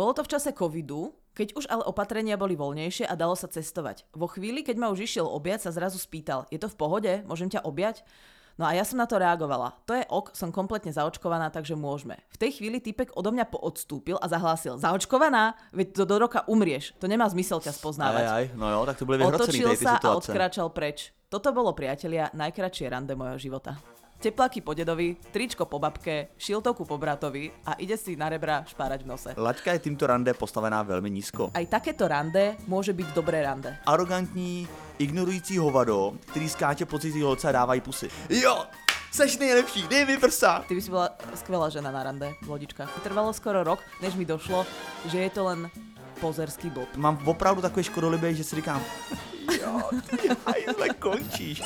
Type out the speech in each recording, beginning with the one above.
Bolo to v čase covidu, keď už ale opatrenia boli voľnejšie a dalo sa cestovať. Vo chvíli, keď ma už išiel objať, sa zrazu spýtal, je to v pohode? Môžem ťa objať? No a ja som na to reagovala. To je ok, som kompletne zaočkovaná, takže môžeme. V tej chvíli týpek odo mňa poodstúpil a zahlásil, zaočkovaná? Veď to do roka umrieš. To nemá zmysel ťa spoznávať. No jo, tak to boli vyhrocený tej Otočil sa situácie. a odkráčal preč. Toto bolo, priatelia, najkratšie rande mojho života. Tepláky po dedovi, tričko po babke, šiltovku po bratovi a ide si na rebra špárať v nose. Laťka je týmto rande postavená velmi nízko. Aj takéto rande môže byť dobré rande. Arrogantní, ignorující hovado, který skáče po cizí holce a dávají pusy. Jo, seš nejlepší, dej mi prsa. Ty by si bola skvelá žena na rande, Lodička. Trvalo skoro rok, než mi došlo, že je to len pozerský blb. Mám opravdu takové škodolibé, že si říkám, jo, ty hajzle, končíš.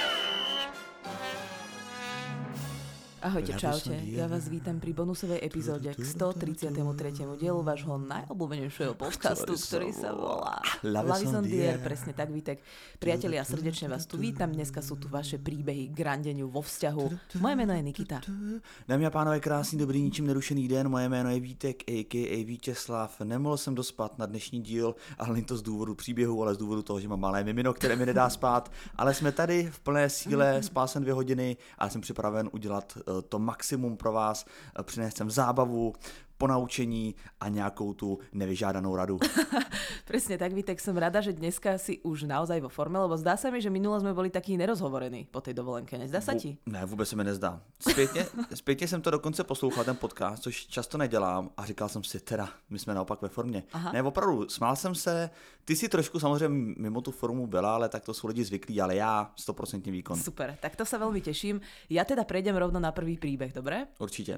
Ahojte, čaute. Ja vás vítam pri bonusovej epizóde k 133. dielu vášho najobľúbenejšieho podcastu, ktorý sa volá Lavizondier. Presne tak, Vítek. Priatelia, srdečne vás tu vítam. Dneska sú tu vaše príbehy k randeniu vo vzťahu. Moje meno je Nikita. Dámy a pánové, krásný, dobrý, ničím nerušený den. Moje jméno je Vítek, a.k.a. Vítězslav. Nemohl jsem dospat na dnešní díl, ale není to z důvodu příběhu, ale z důvodu toho, že mám malé mimino, které mi nedá spát. Ale jsme tady v plné síle, spál jsem 2 hodiny a jsem připraven udělat to maximum pro vás, přinést sem zábavu, ponaučení a nejakou tú nevyžádanou radu. Presne tak, Vítek, som rada, že dneska si už naozaj vo forme, lebo zdá sa mi, že minulo sme boli takí nerozhovorení po tej dovolenke, nezdá sa ti? Ne, vůbec se mi nezdá. Zpětně jsem to dokonce poslouchal, ten podcast, což často nedělám a říkal jsem si, teda, my jsme naopak ve formě. Aha. Ne, opravdu, smál jsem se, ty si trošku samozřejmě mimo tu formu byla, ale tak to jsou lidi zvyklí, ale já 100% výkon. Super, tak to sa veľmi teším. Ja teda prejdem rovno na prvý príbeh, dobre? Určitě.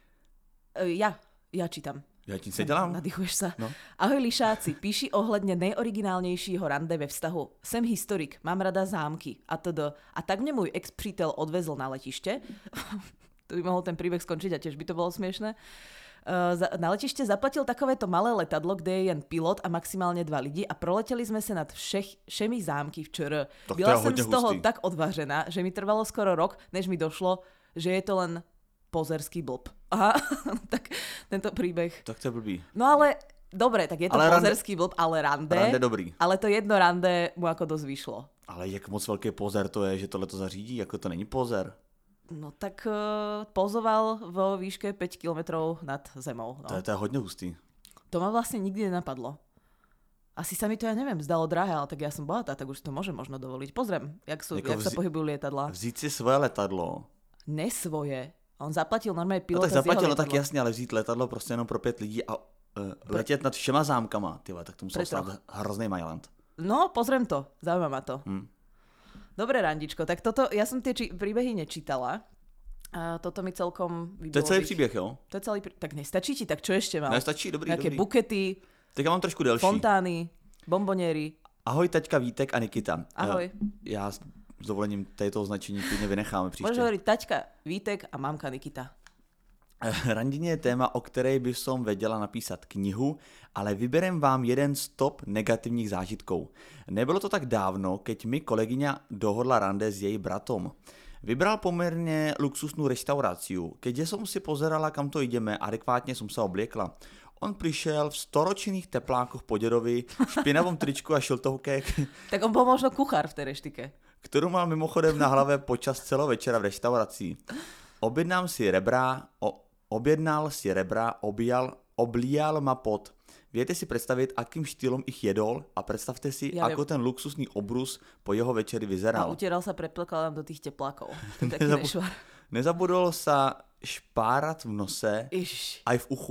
Ja čítam. Ja ti se dělám. Nadýchuješ sa. No. Ahoj lišáci, píši ohledne nejoriginálnejšího rande ve vztahu. Sem historik, mám rada zámky a td. A tak mne môj ex-přítel odvezl na letiště. To by mohol ten príbeh skončiť a tiež by to bolo smiešné. Na letiště zaplatil takovéto malé letadlo, kde je jen pilot a maximálne 2 lidi a proleteli sme sa nad všemi zámky v ČR. Byla som z toho hustý. tak odvážená, že mi trvalo skoro rok, než mi došlo, že je to len pozerský blb. Aha, tak tento príbeh. Tak to je blbý. No ale, dobre, tak je to pozerský blb, ale rande. Rande dobrý. Ale to jedno rande mu ako dosť vyšlo. Ale jak moc velký pozer to je, že tohle to zařídí, jako to není pozer. No tak pozoval vo výške 5 kilometrov nad zemou. No. To je hodně hustý. To ma vlastne nikdy nenapadlo. Asi sa mi to, ja neviem, zdalo drahé, ale tak ja som bohatá, tak už to môžem možno dovoliť. Pozriem, jak sa pohybujú lietadla. Vzít si svoje letadlo. Nesvoje. On zaplatil normálne pilota. No tak zaplatil, no tak letadlo. jasně, ale vzít letadlo prostě jenom pro 5 lidí a letět nad všema zámkama, tyhle, tak to musel stát hrozný majland. No, pozriem to, zaujíma ma to. Dobre, randičko, tak toto, ja som tie príbehy nečítala. A toto mi celkom vybolo. To je celý příběh, jo? To je celý tak nestačí ti, tak čo ešte mám? Nestačí, dobrý, Nejaké dobrý. bukety, Tak já mám trošku delší. fontány, bomboniery. Ahoj, taťka Vítek a Nikita. Ahoj. Já s dovolením této označení klidně vynecháme příště. Môžeš hovoriť taťka Vítek a mamka Nikita. Randině je téma, o které by som vedela napísat knihu, ale vyberem vám jeden z top negativních zážitků. Nebylo to tak dávno, keď mi kolegyňa dohodla rande s jej bratom. Vybral poměrně luxusnú reštauráciu. Keďže som si pozerala, kam to ideme, adekvátně som sa obliekla. On prišiel v storočných teplákoch po dedovi, špinavom tričku a šiltovkách, Tak on bol možno kuchár v tej reštike. kterou mal mimochodem na hlave počas celého večera v restauraci. Objednal si rebra, oblíjal ma pot. Viete si predstaviť, akým štýlom ich jedol a predstavte si, ako ten luxusný obrus po jeho večeri vyzeral. A utieral sa, predpokladám, do tých teplákov. To je taký nešvar. Nezabudol sa špárať v nose aj v uchu.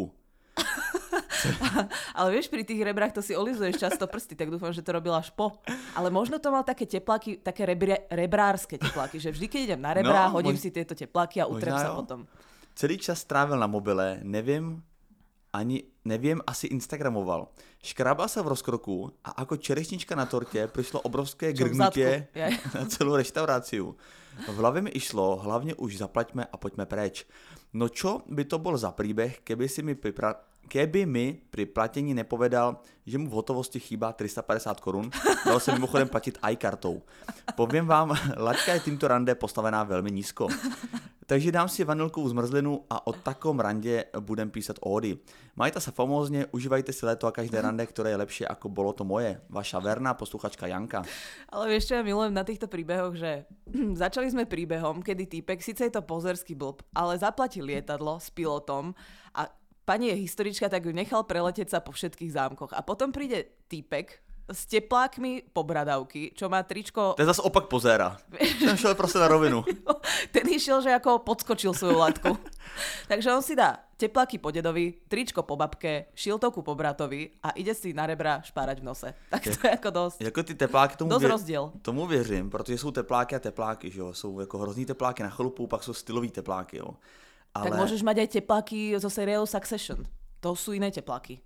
Ale vieš, pri tých rebrách to si olizuješ často prsty, tak dúfam, že to robil až po. Ale možno to mal také tepláky, také rebrárske tepláky, že vždy, keď idem na rebrá, hodím si tieto tepláky a utrem sa potom. Celý čas strávil na mobile, neviem, asi instagramoval. Škrábal sa v rozkroku a ako čerešnička na torte prišlo obrovské grgnutie na celú reštauráciu. V hlave mi išlo, hlavne už zaplaťme a poďme preč. No čo by to bol za príbeh, keby si mi keby mi pri platení nepovedal, že mu v hotovosti chýba 350 korun, dalo se mimochodem platit aj kartou. Povím vám, laťka je týmto rande postavená velmi nízko. Takže dám si vanilkovou zmrzlinu a o takom rande budem písať ódy. Majte sa famózne, užívajte si leto a každé rande, ktoré je lepšie ako bolo to moje. Vaša verná posluchačka Janka. Ale vieš čo, ja milujem na týchto príbehoch, že začali sme príbehom, kedy týpek, síce je to pozerský blb, ale zaplatil lietadlo s pilotom a pani je historička, tak ju nechal preletieť sa po všetkých zámkoch. A potom príde týpek s teplákmi pobradavky, čo má tričko... To je zase opak pozéra. Ten šiel proste na rovinu. Ten išiel, že ako podskočil svoju latku. Takže on si dá tepláky po dedovi, tričko po babke, šiltovku po bratovi a ide si na rebra špárať v nose. Tak to je ako dosť. Jako ty tepláky rozdiel. Tomu věřím, protože jsou tepláky a tepláky, že jo. Jsou jako hrozný tepláky na chalupu, pak jsou stylový tepláky, jo. Ale... Tak môžeš mať aj tepláky zo seriálu Succession. To sú iné tepláky.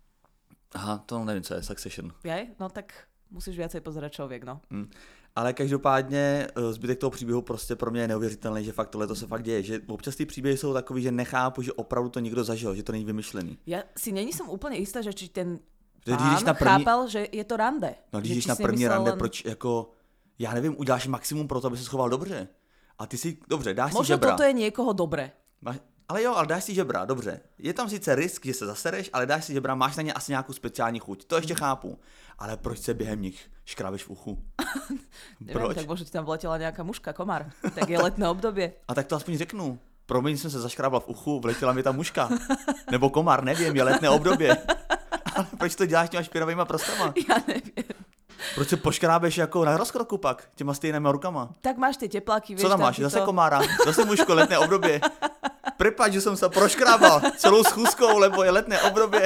Aha, to nevím, co je Succession. Je? No tak musíš viacej pozerať člověk, no. Ale každopádně zbytek toho příběhu prostě pro mě je neuvěřitelný, že fakt tohle to se fakt děje. Že občas ty příběhy jsou takový, že nechápu, že opravdu to někdo zažil, že to není vymyšlený. Ja si není som úplne istá, že či ten pán chápal, že je to rande. No když jdeš na první rande, proč jako, já nevím, uděláš maximum pro to, aby se schoval dobře. A ty si, dobře, dáš si žebra. Možno toto je niekoho dobré. Ale jo, ale dáš si žebra, dobře. Je tam sice risk, že se zasereš, ale dáš si žebra, máš na ně asi nějakou speciální chuť. To ještě chápu. Ale proč se během nich škrábeš v uchu? Nevím, tak možná ti tam vletěla nějaká muška, komár. Tak je letné období. A tak to aspoň řeknu. Promiň, jsem se zaškrábla v uchu, vletěla mi ta muška. Nebo komár, nevím, je letné období. Ale proč to děláš těma špinavýma prostama? Já nevím. Proč se poškrábeš jako na rozkroku pak, těma stejnýma rukama? Tak máš ty tepláky, vieš. Co tam máš? Zase komára, zase muško, letné období. Prepáč, že jsem se proškrábal celou schůzkou, lebo je letné období.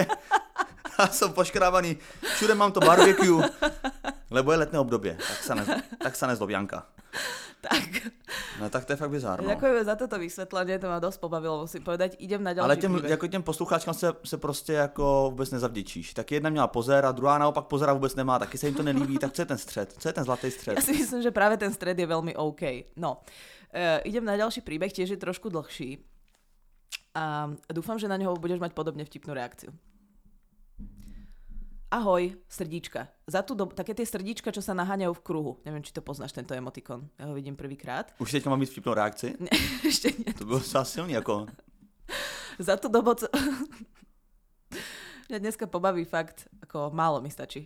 A jsem poškrábaný, všude mám to barbecue, lebo je letné období. Tak sa nezlob, Janka. Tak. No tak to je fakt bizár, no. Ďakujeme za toto vysvetlenie, to ma dosť pobavilo, musím povedať. Idem na ďalší Ale jako těm posluchačkám se prostě jako vůbec nezavděčíš. Tak jedna měla pozér a druhá naopak pozéra vůbec nemá, taky se jim to nelíbí, tak co je ten střed? Co je ten zlatý střed? Ja si myslím, že práve ten stred je veľmi OK. No, idem na ďalší príbeh, tiež je trošku dlhší. A dúfam, že na neho budeš mať podobne vtipnú reakciu. Ahoj, srdíčka. Za tú dobu, také tie srdíčka, čo sa naháňajú v kruhu. Neviem, či to poznáš, tento emotikon. Ja ho vidím prvýkrát. Už teďka mám mít vtipnou reakci? Ne, ešte nie. To bylo docela silný, jako. Za tú dobu... Mňa dneska pobaví fakt, ako málo mi stačí.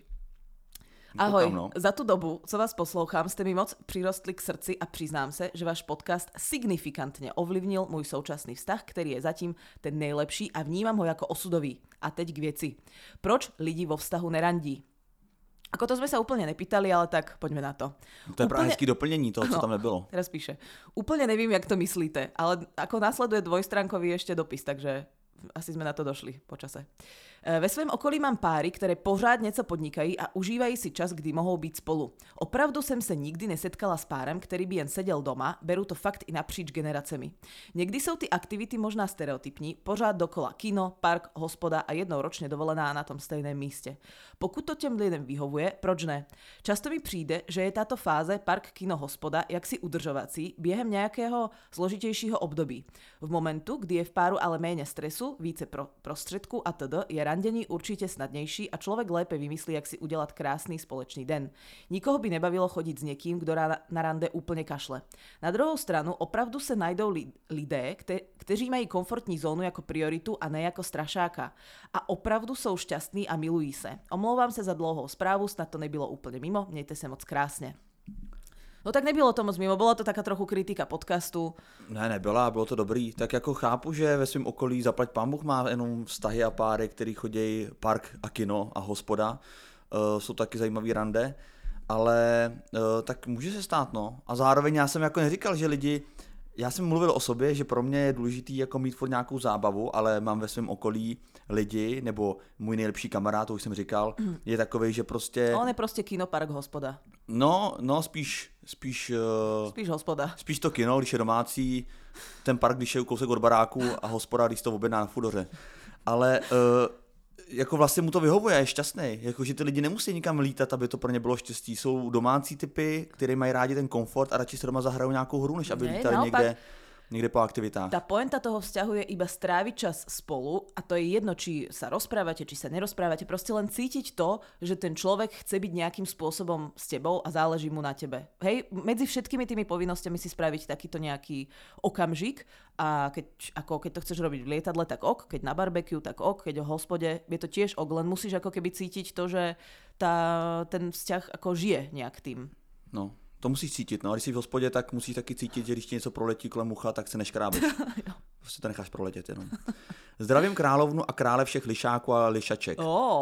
Ahoj, za tú dobu, co vás poslouchám, ste mi moc prirostli k srdci a přiznám se, že váš podcast signifikantně ovlivnil můj současný vztah, který je zatím ten nejlepší a vnímám ho jako osudový. A teď k věci. Proč lidi vo vztahu nerandí? Ako to sme sa úplne nepýtali, ale tak poďme na to. To je právě hezký doplnění toho, co tam nebylo. Teraz píše. Úplne nevím, jak to myslíte, ale ako následuje dvojstránkový ešte dopis, takže asi sme na to došli po čase. Ve svém okolí mám páry, které pořád něco podnikají a užívají si čas, kdy mohou být spolu. Opravdu jsem se nikdy nesetkala s párem, který by jen seděl doma, beru to fakt i napříč generacemi. Někdy jsou ty aktivity možná stereotypní, pořád dokola kino, park, hospoda a jednou ročně dovolená na tom stejném místě. Pokud to těm lidem vyhovuje, proč ne? Často mi přijde, že je tato fáze park, kino, hospoda jaksi udržovací během nějakého složitějšího období. V momentu, kdy je v páru ale méně stresu, více prostředků a td. Je randění určitě snadnější a člověk lépe vymyslí, jak si udělat krásný společný den. Nikoho by nebavilo chodit s někým, kdo na rande úplně kašle. Na druhou stranu opravdu se najdou lidé, kteří mají komfortní zónu jako prioritu a ne jako strašáka. A opravdu jsou šťastní a milují se. Omlouvám se za dlouhou zprávu, snad to nebylo úplně mimo, mějte se moc krásně. No tak nebylo to moc mimo, byla to taká trochu kritika podcastu. Ne, nebyla, bylo to dobrý. Tak jako chápu, že ve svém okolí zaplať pán Bůh má jenom vztahy a páry, který chodí park a kino a hospoda. Jsou taky zajímavý rande, ale tak může se stát, no. A zároveň já jsem jako neříkal, že lidi... Já jsem mluvil o sobě, že pro mě je důležitý jako mít furt nějakou zábavu, ale mám ve svém okolí lidi, nebo můj nejlepší kamarád, to už jsem říkal, je takovej, že prostě... On je prostě kino, park, hospoda. No, spíš hospoda. Spíš to kino, když je domácí, ten park, když je kousek od baráku a hospoda, když to objedná na Fudoře. Ale jako vlastně mu to vyhovuje, je šťastný. Jakože ty lidi nemusí nikam lítat, aby to pro ně bylo štěstí. Jsou domácí typy, kteří mají rádi ten komfort a radši se doma zahrajou nějakou hru, než aby lítali někde Niekde po aktivitách. Tá pointa toho vzťahu je iba stráviť čas spolu a to je jedno, či sa rozprávate, či sa nerozprávate, proste len cítiť to, že ten človek chce byť nejakým spôsobom s tebou a záleží mu na tebe. Hej, medzi všetkými tými povinnosťami si spraviť takýto nejaký okamžik a keď to chceš robiť v lietadle, tak ok, keď na barbecue, tak ok, keď v hospode, je to tiež ok, len musíš ako keby cítiť to, že ten vzťah ako žije nejak tým. No. To musíš cítit, no. A když jsi v hospodě, tak musíš taky cítit, že když ti něco proletí kolem ucha, tak se neškrábeš. Prostě to necháš proletět jenom. Zdravím královnu a krále všech lišáků a lišaček.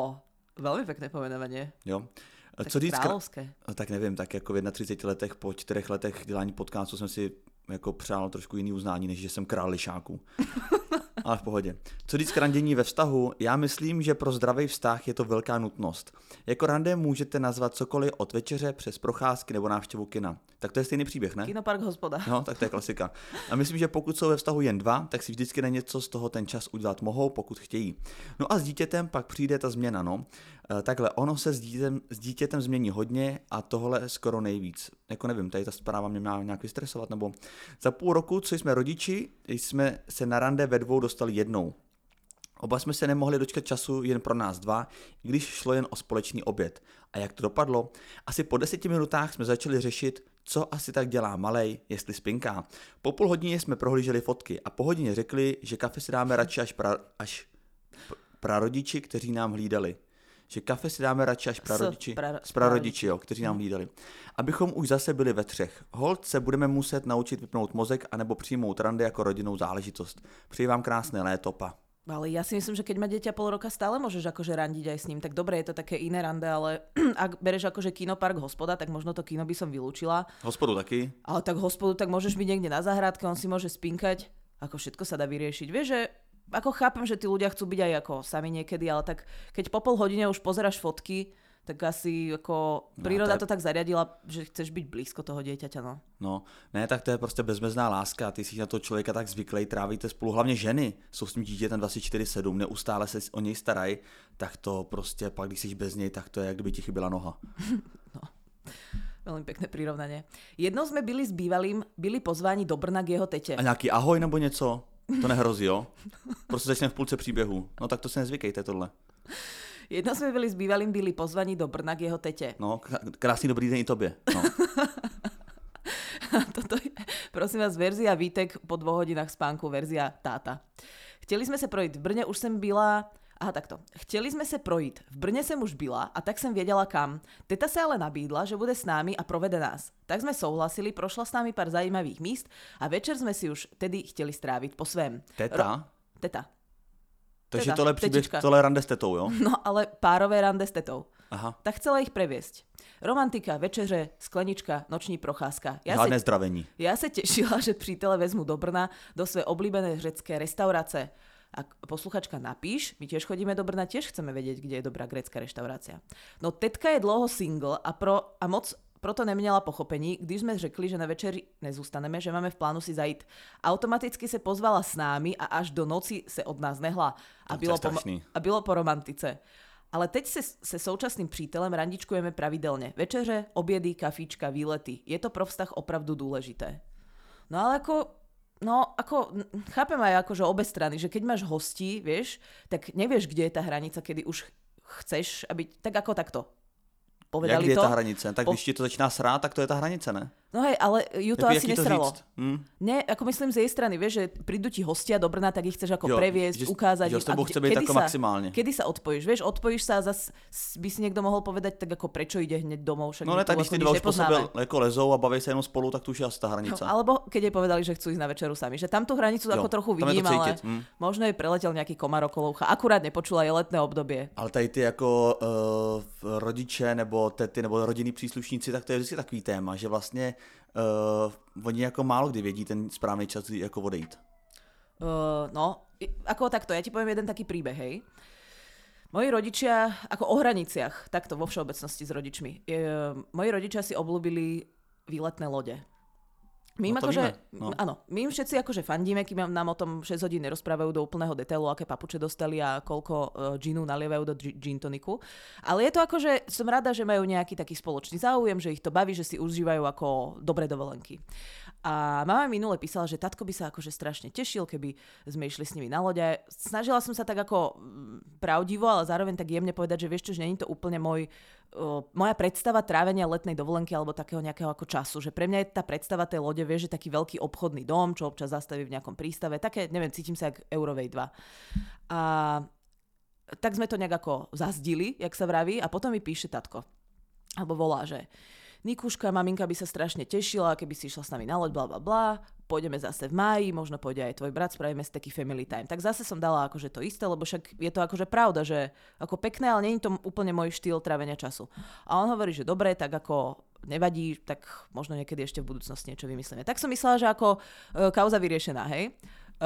Veľmi pekné pomenovanie. Jo. Tak Co říct královské. Tak nevím, tak jako v 31 letech, po 4 letech dělání podcastu jsem si jako přál trošku jiný uznání, než že jsem král lišáků. Ale v pohodě. Co říct k randění ve vztahu? Já myslím, že pro zdravý vztah je to velká nutnost. Jako rande můžete nazvat cokoliv od večeře přes procházky nebo návštěvu kina. Tak to je stejný příběh, ne? Kinopark hospoda. No, tak to je klasika. A myslím, že pokud jsou ve vztahu jen dva, tak si vždycky na něco z toho ten čas udělat mohou, pokud chtějí. No a s dítětem pak přijde ta změna, no. Takhle, ono se s dítětem změní hodně a tohle skoro nejvíc. Jako nevím, tady ta zpráva mě měla nějak vystresovat, nebo za půl roku, co jsme rodiči, jsme se na rande ve dvou dostali jednou. Oba jsme se nemohli dočkat času jen pro nás dva, i když šlo jen o společný oběd. A jak to dopadlo? Asi po 10 minutách jsme začali řešit, co asi tak dělá malej, jestli spinká. Po půl hodině jsme prohlíželi fotky a po hodině řekli, že kafe si dáme radši až prarodiči, kteří nám hlídali. Že kafe si dáme radši až prarodiči, kteří nám hlídali. Abychom už zase byli ve třech. Holt se budeme muset naučit vypnout mozek anebo přijmout rande jako rodinnou záležitost. Přeji vám krásné léto, pa. Ale ja si myslím, že keď má dieťa pol roka, stále môžeš akože randiť aj s ním. Tak dobre, je to také iné rande, ale ak bereš akože kinopark hospoda, tak možno to kino by som vylúčila. Hospodu taky. Ale tak hospodu, tak môžeš byť niekde na záhradke, on si môže spinkať. Ako všetko sa dá vyriešiť. Vieš, že ako chápem, že tí ľudia chcú byť aj ako sami niekedy, ale tak keď po pol hodine už pozeráš fotky, tak asi jako príroda to tak zariadila, že chceš být blízko toho dieťaťa, no. No, ne, tak to je prostě bezmezná láska, ty jsi na toho člověka tak zvyklý, trávíte spolu, hlavně ženy jsou s tím dítětem 24/7, neustále se o něj starají, tak to prostě pak, když jsi bez něj, tak to je, jak kdyby ti chyběla noha. No. Veľmi pekné prirovnanie. Jednou sme byli s bývalým, byli pozváni do Brna k jeho tete. A nějaký ahoj nebo něco? To nehrozí, jo? Prostě začneme v půlce příběhu. No tak to se nezvykejte tohle. Jednou sme byli s bývalým, byli pozvaní do Brna k jeho tete. No, krásný dobrý den i tobě. No. Toto je, prosím vás, verzia Vítek po 2 hodinách spánku, verzia táta. Chtěli jsme se projít v Brně, už jsem byla... Aha, takto. Chtěli jsme se projít. V Brně jsem už byla a tak jsem věděla kam. Teta se ale nabídla, že bude s námi a provede nás. Tak jsme souhlasili, prošla s námi pár zajímavých míst a večer jsme si už tedy chtěli strávit po svém. Teta? Teta. Takže tohle příběh, tohle rande s tetou, jo? No, ale párové rande s tetou. Aha. Tak chcela ich previesť. Romantika, večeře, sklenička, noční procházka. Žádné zdravení. Ja sa tešila, že přítele vezmu do Brna, do své oblíbené řecké restaurace. A posluchačka napíš, my tiež chodíme do Brna, tiež chceme vedieť, kde je dobrá grécka reštaurácia. No tetka je dlouho single a moc proto neměla pochopení, když jsme řekli, že na večeri nezůstaneme, že máme v plánu si zajít. Automaticky se pozvala s námi a až do noci se od nás nehla. A bylo po romantice. Ale teď se současným přítelem randičkujeme pravidelně. Večeře, obědy, kafíčka, výlety. Je to pro vztah opravdu důležité. No ale ako chápem aj že obe strany, že keď máš hostí, vieš, tak nevieš, kde je tá hranica, kedy už chceš, aby tak ako takto. Povedali jak to? Je ta hranice? Tak když ti to začíná srát, tak to je ta hranice, ne? No hej, ale ju to asi nesralo. Ne, ako myslím z jej strany, vieš, že prídu ti hostia do Brna, tak ich chceš ako previesť, ukázať. Že s tebou chce byť ako maximálne. Kedy sa odpojíš? Vieš, odpojíš sa a zase by si niekto mohol povedať, tak ako prečo ide hneď domov, však no ne, tak když ty dva už po sebe jako lezou a baví sa jenom spolu, tak tu už je asi tá hranica. No, alebo keď jej povedali, že chcú ísť na večeru sami, že tam tú hranicu ako trochu vidím, ale možno jej preletel nejaký komár okolo ucha. Akurát nepočula, je letné obdobie. Ale tady ty jako rodiče nebo tety nebo rodinní příslušníci, tak to je vždycky takový téma, že vlastně oni jako málo kdy vědí ten správný čas, jako odejít. No, ako takto, ja ti poviem jeden taký príbeh, hej. Moji rodičia, ako o hraniciach, takto vo všeobecnosti s rodičmi, moji rodičia si obľúbili výletné lode. My im áno, my im všetci akože fandíme, kým nám o tom 6 hodín nerozprávajú do úplného detailu, aké papuče dostali a koľko džinu nalievajú do gin toniku. Ale je to akože, som rada, že majú nejaký taký spoločný záujem, že ich to baví, že si užívajú ako dobré dovolenky. A mama minule písala, že tatko by sa akože strašne tešil, keby sme išli s nimi na loď. Snažila som sa tak ako pravdivo, ale zároveň tak jemne povedať, že vieš čo, že nie je to úplne moja predstava trávenia letnej dovolenky alebo takého nejakého ako času. Že pre mňa je tá predstava tej lode, vieš, že taký veľký obchodný dom, čo občas zastaví v nejakom prístave. Také, neviem, cítim sa jak Eurovej 2. A tak sme to nejak ako zazdili, jak sa vraví, a potom mi píše tatko. Alebo volá, že Nikuška, maminka by sa strašne tešila, keby si išla s nami na loď, bla bla bla, pôjdeme zase v máji, možno pôjde aj tvoj brat, spravíme si taký family time. Tak zase som dala akože to isté, lebo však je to akože pravda, že ako pekné, ale nie je to úplne môj štýl trávenia času. A on hovorí, že dobre, tak ako nevadí, tak možno niekedy ešte v budúcnosti niečo vymyslíme. Tak som myslela, že ako kauza vyriešená, hej.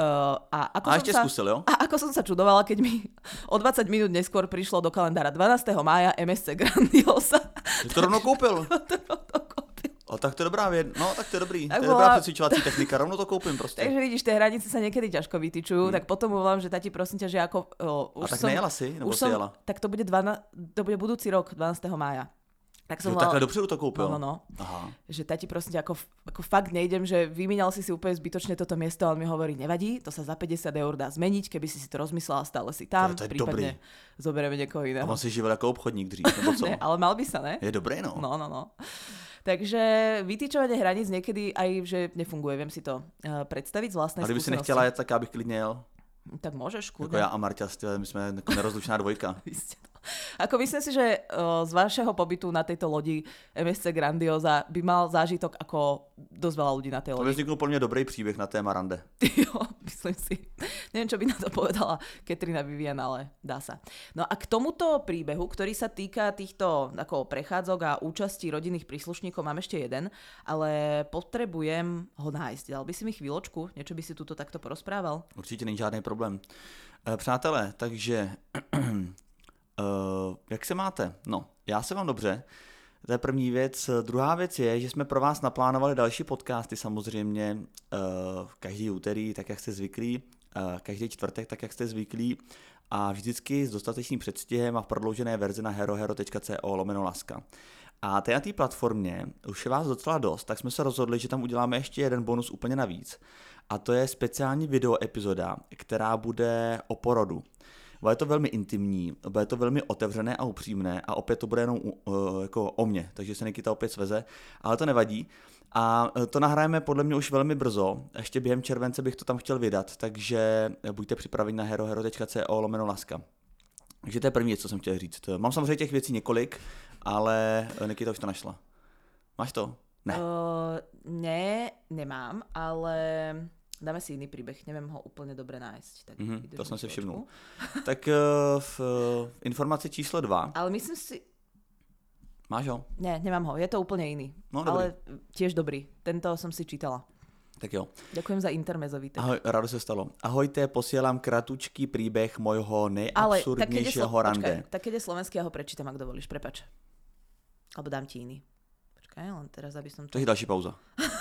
Ako som sa čudovala, keď mi o 20 minút neskôr prišlo do kalendára 12. mája MSC Grandiosa. To rovno koupil. Tak to je dobrá věc. No, tak to je dobrý. Tak to je dobrá přecvičovací technika. Rovno to koupím prostě. Takže vidíš, tie hranice sa niekedy ťažko vytyčujú, tak potom volám, že tati, prosím ťa, že ako... nejela si? Nebo si jela? Tak to bude budúci rok, 12. mája. Tak som takhle dopředu to koupil? No. Aha. Že tati, prosím ťa, ako fakt nejdem, že vymínal si úplne zbytočne toto miesto, a on mi hovorí, nevadí, to sa za 50 eur dá zmeniť, keby si to rozmyslela, stále si tam, to je prípadne dobrý. Zoberieme niekoho iného. A on si živil ako obchodník dřív, nebo co? Ne, ale mal by sa, ne? Je dobré, no. No. Takže vytýčovanie hraníc niekedy aj, že nefunguje, viem si to predstaviť z vlastnej skúsenosti. Ale kdyby si nechtěla jet, tak já bych klidně jel. Tak môžeš, kľudne. Jako já a Marťa, my jsme nerozlučná dvojka. Ako myslím si, že z vašeho pobytu na tejto lodi MSC Grandiosa by mal zážitok ako dosť veľa ľudí na tej lodi. To by vzniknul po mne dobrý príbeh na téma rande. Jo, myslím si. Neviem, čo by na to povedala Katrina Vivian, ale dá sa. No a k tomuto príbehu, ktorý sa týka týchto ako prechádzok a účastí rodinných príslušníkov, mám ešte jeden, ale potrebujem ho nájsť. Dal by si mi chvíľočku? Niečo by si tuto takto porozprával? Určitě není žádný problém. Přátelé, takže... jak se máte? No, já se mám dobře. To je první věc. Druhá věc je, že jsme pro vás naplánovali další podcasty samozřejmě každý úterý, tak jak jste zvyklí, každý čtvrtek, tak jak jste zvyklí, a vždycky s dostatečným předstihem a v prodloužené verzi na herohero.co/laska. A na té platformě už je vás docela dost, tak jsme se rozhodli, že tam uděláme ještě jeden bonus úplně navíc. A to je speciální video epizoda, která bude o porodu. Bude to velmi intimní, bude to velmi otevřené a upřímné a opět to bude jenom jako o mně, takže se Nikita opět sveze, ale to nevadí. A to nahrajeme podle mě už velmi brzo, ještě během července bych to tam chtěl vydat, takže buďte připraveni na herohero.co/laska. Takže to je první věc, co jsem chtěl říct. Mám samozřejmě těch věcí několik, ale Nikita už to našla. Máš to? Ne. Ne, nemám, ale... Dáme si iný príbeh, neviem ho úplne dobre nájsť. Tak to som si všimnul. Tak v informaci číslo 2. Ale myslím si... Máš ho? Ne, nemám ho, je to úplne iný. No, ale tiež dobrý. Tento som si čítala. Tak jo. Ďakujem za intermezový text. Ahoj, rádo se stalo. Ahojte, posielam kratučký príbeh mojho nejabsurdnejšieho rande. Tak keď je slovenský, ja ho prečítam, ak dovolíš, prepač. Alebo dám ti iný. Počkaj, len teraz, aby som... To je další pauza.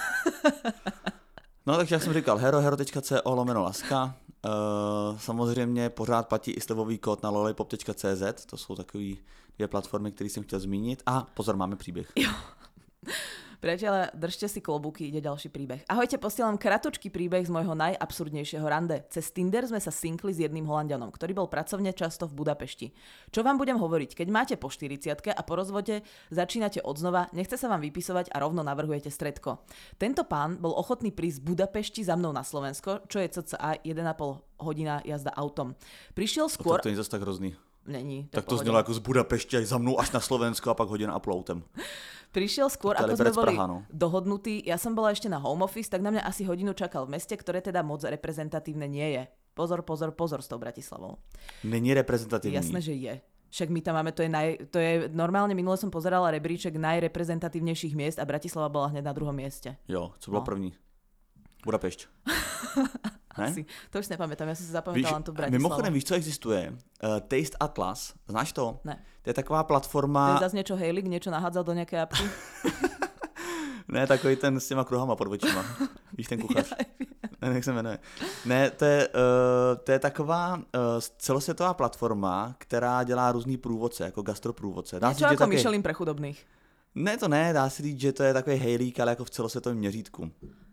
No, takže jak jsem říkal, herohero.co/laska. Samozřejmě pořád platí i slevový kód na lollipop.cz, to jsou takové dvě platformy, které jsem chtěl zmínit. A pozor, máme příběh. Jo. Priatelia, držte si klobúky, ide ďalší príbeh. Ahojte, posielam kratučký príbeh z môjho najabsurdnejšieho rande. Cez Tinder sme sa synkli s jedným Holanďanom, ktorý bol pracovne často v Budapešti. Čo vám budem hovoriť? Keď máte po 40-ke a po rozvode začínate odznova, nechce sa vám vypisovať a rovno navrhujete stredko. Tento pán bol ochotný prísť z Budapešti za mnou na Slovensko, čo je cca 1,5 hodina jazda autom. Prišiel skôr... To je zase tak hrozný. Není. Tak to znělo jako z Budapešti až za mnou až na Slovensko a pak hodina a půl autem. Prišiel skôr, ako sme boli dohodnutí. Ja som bola ešte na home office, tak na mňa asi hodinu čakal v meste, ktoré teda moc reprezentatívne nie je. Pozor s tou Bratislavou. Není reprezentatívny. Jasné, že je. Však my tam máme, to je normálne, minule som pozerala rebríček najreprezentatívnejších miest a Bratislava bola hneď na druhom mieste. Jo, co bylo první? Budapešť. To už nepamätám, ja som si zapamätala tu Bratislavu. Mimochodem, víš, co existuje? Taste Atlas, znáš to? Ne. To je taková platforma... To je zase niečo Hejlik, niečo nahádzal do nejakej apky? Ne, takový ten s těma kruhama pod očima. Víš, ten kuchař. Ne, jak se jmenuje. Ne, to je taková celosvětová platforma, která dělá různý průvodce, jako gastroprůvodce. Niečo ako Michelin pre chudobných. Ne, to ne, dá se říct, že to je takový Hejlík, ale jako v celosvětovém měřítku.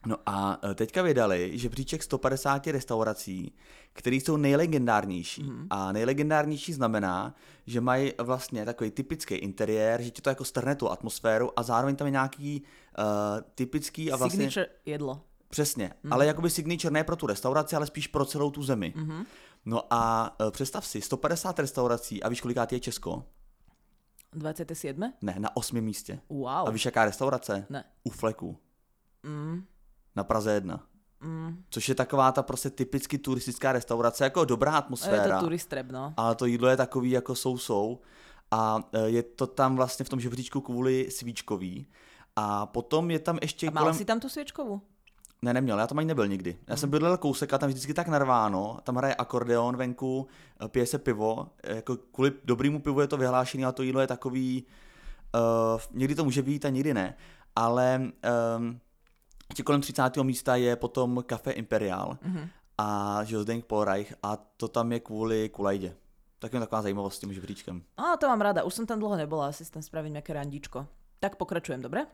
No a teďka vydali žebříček 150 restaurací, které jsou nejlegendárnější. A nejlegendárnější znamená, že mají vlastně takový typický interiér, že ti to jako strhne tu atmosféru a zároveň tam je nějaký typický a vlastně... Signature jedlo. Přesně, ale jakoby signature ne pro tu restauraci, ale spíš pro celou tu zemi. No a představ si, 150 restaurací a víš, kolikátý je Česko? 27? Ne, na 8. místě. Wow. A víš, jaká restaurace? Ne. U Fleku. Na Praze 1. Což je taková ta prostě typicky turistická restaurace, jako dobrá atmosféra. Je to turistreb, no. Ale to jídlo je takový jako jsou. A je to tam vlastně v tom žebříčku kvůli svíčkový. A potom je tam ještě... A mal si tam tu svěčkovou? Ne, neměl, já tam ani nebyl nikdy. Já jsem bydlel kousek a tam vždycky tak narváno, tam hraje akordeon venku, pije se pivo, jako kvůli dobrýmu pivu je to vyhlášený, ale to jídlo je takový, někdy to může být a někdy ne, ale ještě kolem 30. místa je potom Café Imperial a Zdeněk Polreich a to tam je kvůli kulajdě. Tak je taková zajímavost s tím žebříčkem. A to mám rada, už som tam dlho nebola, asi si tam spravím nejaké randíčko. Tak pokračujem, dobre?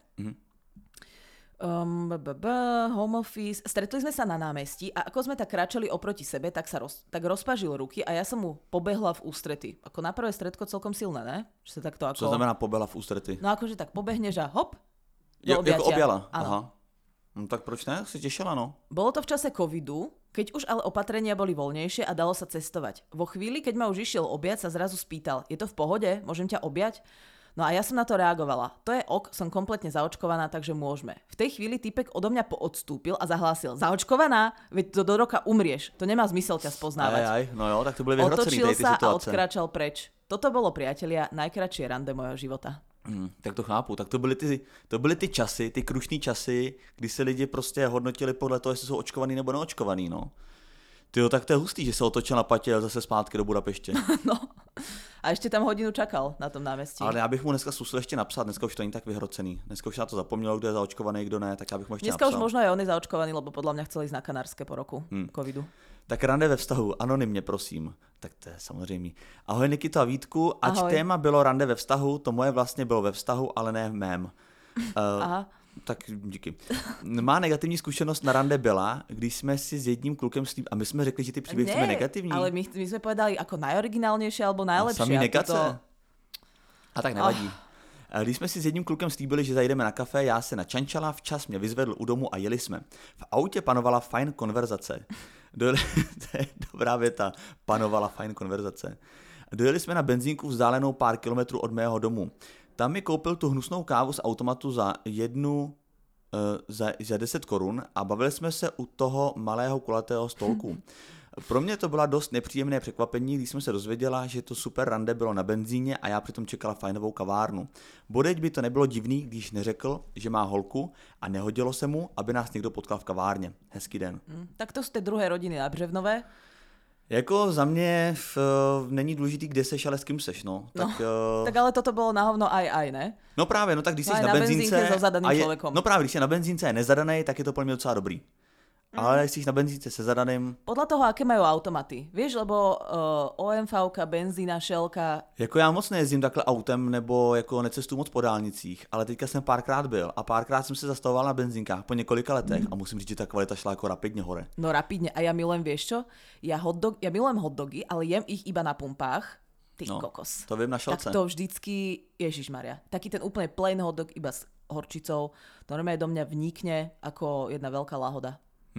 Home office. Stretli sme sa na námestí a ako sme tak kráčali oproti sebe, tak sa rozpažil ruky a ja som mu pobehla v ústrety. Ako na prvé stretko celkom silné, ne? Že sa takto ako... Co znamená pobehla v ústrety? No akože tak pobehneš a hop, do objatia. Jako objala? Áno. Aha. No tak proč ne? Si tešila, no. Bolo to v čase covidu, keď už ale opatrenia boli voľnejšie a dalo sa cestovať. Vo chvíli, keď ma už išiel objať, sa zrazu spýtal, je to v pohode? Môžem ťa objať? No a ja som na to reagovala. To je ok, som kompletne zaočkovaná, takže môžeme. V tej chvíli týpek odo mňa poodstúpil a zahlásil, zaočkovaná? Veď to do roka umrieš. To nemá zmysel ťa spoznávať. No jo, tak to byli vyhrocený tej Otočil sa situace. a odkráčal preč. Toto bolo, priatelia, najkratšie rande mojho života. Tak to chápu. Tak to byly ty časy, ty krušný časy, kdy se lidi prostě hodnotili podle toho, jestli jsou očkovaný nebo neočkovaný, no. Tyjo, tak to je hustý, že se otočil na patě a zase zpátky do Budapeště. No. A ještě tam hodinu čakal na tom náměstí. Ale já bych mu dneska zkusil ještě napsat, dneska už to není tak vyhrocený. Dneska už na to zapomněl, kdo je zaočkovaný, kdo ne, tak já bych mu ještě dneska napsal. už možno je on zaočkovaný, lebo podľa mňa chcel ísť na Kanárske po roku covidu. Tak rande ve vztahu, anonymně prosím. Tak to je samozřejmě. Ahoj Nikito a Vítku, ač Ahoj. téma bylo rande ve vztahu, to moje vlastně bylo ve vztahu, ale ne v mém. Aha. Tak díky. Má negativní zkušenost na rande byla, když jsme si s jedním klukem a my jsme řekli, že ty příběhy jsme negativní. Ale my sme povedali ako najoriginálnejšie alebo najlepšie. Samý negace. A tak nevadí. Když jsme si s jedním klukem slíbili, že zajdeme na kafe, já se načančala, včas mě vyzvedl u domu a jeli jsme. V autě panovala fajn konverzace. To je dobrá věta. Panovala fajn konverzace. Dojeli jsme na benzínku vzdálenou pár kilometrů od mého domu. Tam mi koupil tu hnusnou kávu z automatu za 10 korun a bavili jsme se u toho malého kulatého stolku. Pro mě to byla dost nepříjemné překvapení, když jsem se dozvěděla, že to super rande bylo na benzíně a já přitom čekala fajnovou kavárnu. Bodeď by to nebylo divný, když neřekl, že má holku a nehodilo se mu, aby nás někdo potkal v kavárně. Hezký den. Tak to z té druhé rodiny na Břevnové. Jako za mě není důležitý, kde seš, ale s kým seš, no. Tak ale toto bylo na hovno aj, ne? No právě, no tak když jsi na benzínce so zadaným človekom. No právě, když je na benzínce je nezadaný, tak je to pro mě docela dobrý. Ale když jsi na benzínce se zadaným... Podľa toho, aké majú automaty. Vieš, lebo OMV-ka, benzína, šelka... Jako já moc nejezdím takhle autem, nebo jako necestuju moc po dálnicích, ale teďka jsem párkrát byl a párkrát jsem se zastavoval na benzínkách po několika letech a musím říct, že ta kvalita šla jako rapidně hore. No rapidne. A ja milujem, vieš čo? Ja milujem hotdogy, ale jem ich iba na pumpách. Ty kokos. To vím na šelce. Tak to vždycky, Ježišmaria, taký ten úplne plain hotdog iba s horčicou, normálne do mňa vnikne ako jedna veľká lahoda.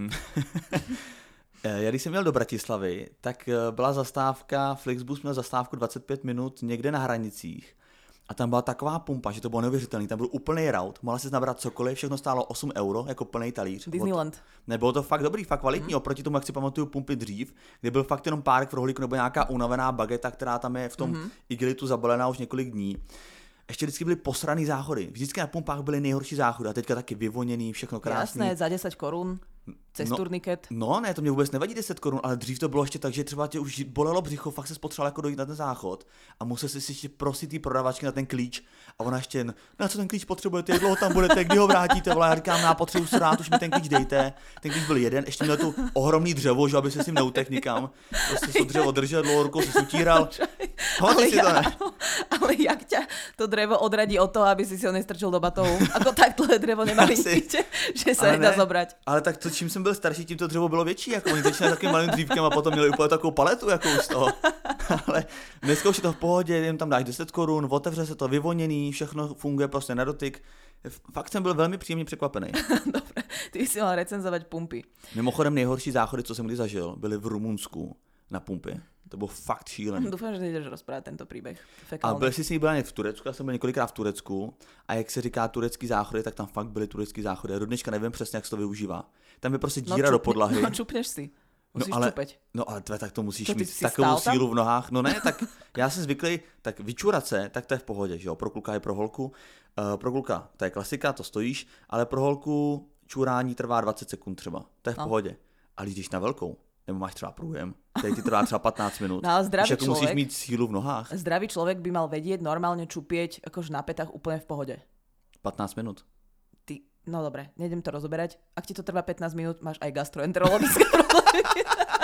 Já když jsem měl do Bratislavy, tak byla zastávka, Flixbus měl zastávku 25 minut někde na hranicích a tam byla taková pumpa, že to bylo neuvěřitelný, tam byl úplný raut, mohla si nabrat cokoliv, všechno stálo 8 euro, jako plný talíř. Disneyland. Nebylo to fakt dobrý, fakt kvalitní, oproti tomu, jak si pamatuju pumpy dřív, kde byl fakt jenom párek v rohlíku nebo nějaká unavená bageta, která tam je v tom igelitu zabalená už několik dní. Ještě vždycky byly posraný záchody. Vždycky na pumpách byly nejhorší záchody a teďka taky vyvoněný, všechno krásný. Jasné, za 10 korun. Cez turniket. No ne, to mě vůbec nevadí 10 korun, ale dřív to bylo ještě tak, že třeba tě už bolelo břicho, fakt se potřeboval jako dojít na ten záchod a musel si ještě prosit tý prodavačky na ten klíč a ona ještě, na co ten klíč potřebujete, jak dlouho tam budete, kdy ho vrátíte, vole, já říkám, já potřebuji srát, už mi ten klíč dejte. Ten klíč byl jeden, ještě měl tu ohromný dřevo, že aby se s ním neutek nikam. Prostě to dřevo držel, dlouho rukou se utíral. Ale jak ťa to drevo odradí od toho, aby si ho nestrčil do batohu? Ako tak dlhé drevo nemali nikde, že sa nedá zobrať. Ale tak to, čím jsem byl starší, tím to dřevo bylo větší. Jako oni začínali takovým malým dřívkem a potom měli úplně takovou paletu jako už z toho. Ale dneska už je to v pohodě, jen tam dáš 10 korun, otevře se to, vyvoněný, všechno funguje prostě na dotyk. Fakt jsem byl velmi příjemně překvapený. Dobre, ty by si mal recenzovať pumpy. Mimochodem nejhorší záchody, co jsem kdy zažil, byly v Rumunsku na pumpě. To bylo fakt šílené. Dúfam, že nejdeš rozprávať tento príbeh. A byl jsi byl v Turecku, já jsem byl několikrát v Turecku a jak se říká turecký záchody, tak tam fakt byly turecký záchody. Do dneška nevím přesně, jak se to využívá. Tam je prostě díra do podlahy. No čupneš si. Musíš čupeť. No ale tak to musíš mít takovou sílu v nohách. No ne, tak já jsem zvyklý, tak vyčurat se, tak to je v pohodě, že jo. Pro kluka je pro holku. Pro kluka to je klasika, to stojíš, ale pro holku čurání trvá 20 sekund třeba. To je v pohodě. Ale když na velkou, nebo máš třeba průjem, tady ti trvá třeba 15 minut. No ale zdravý jako človek, musíš mít sílu v nohách. Zdravý človek by mal vedieť normálne čupieť akože na pätách úplne v pohode. 15 minut. Ty, no dobre, nejdem to rozoberať. Ak ti to trvá 15 minút, máš aj gastroenterologické problémy.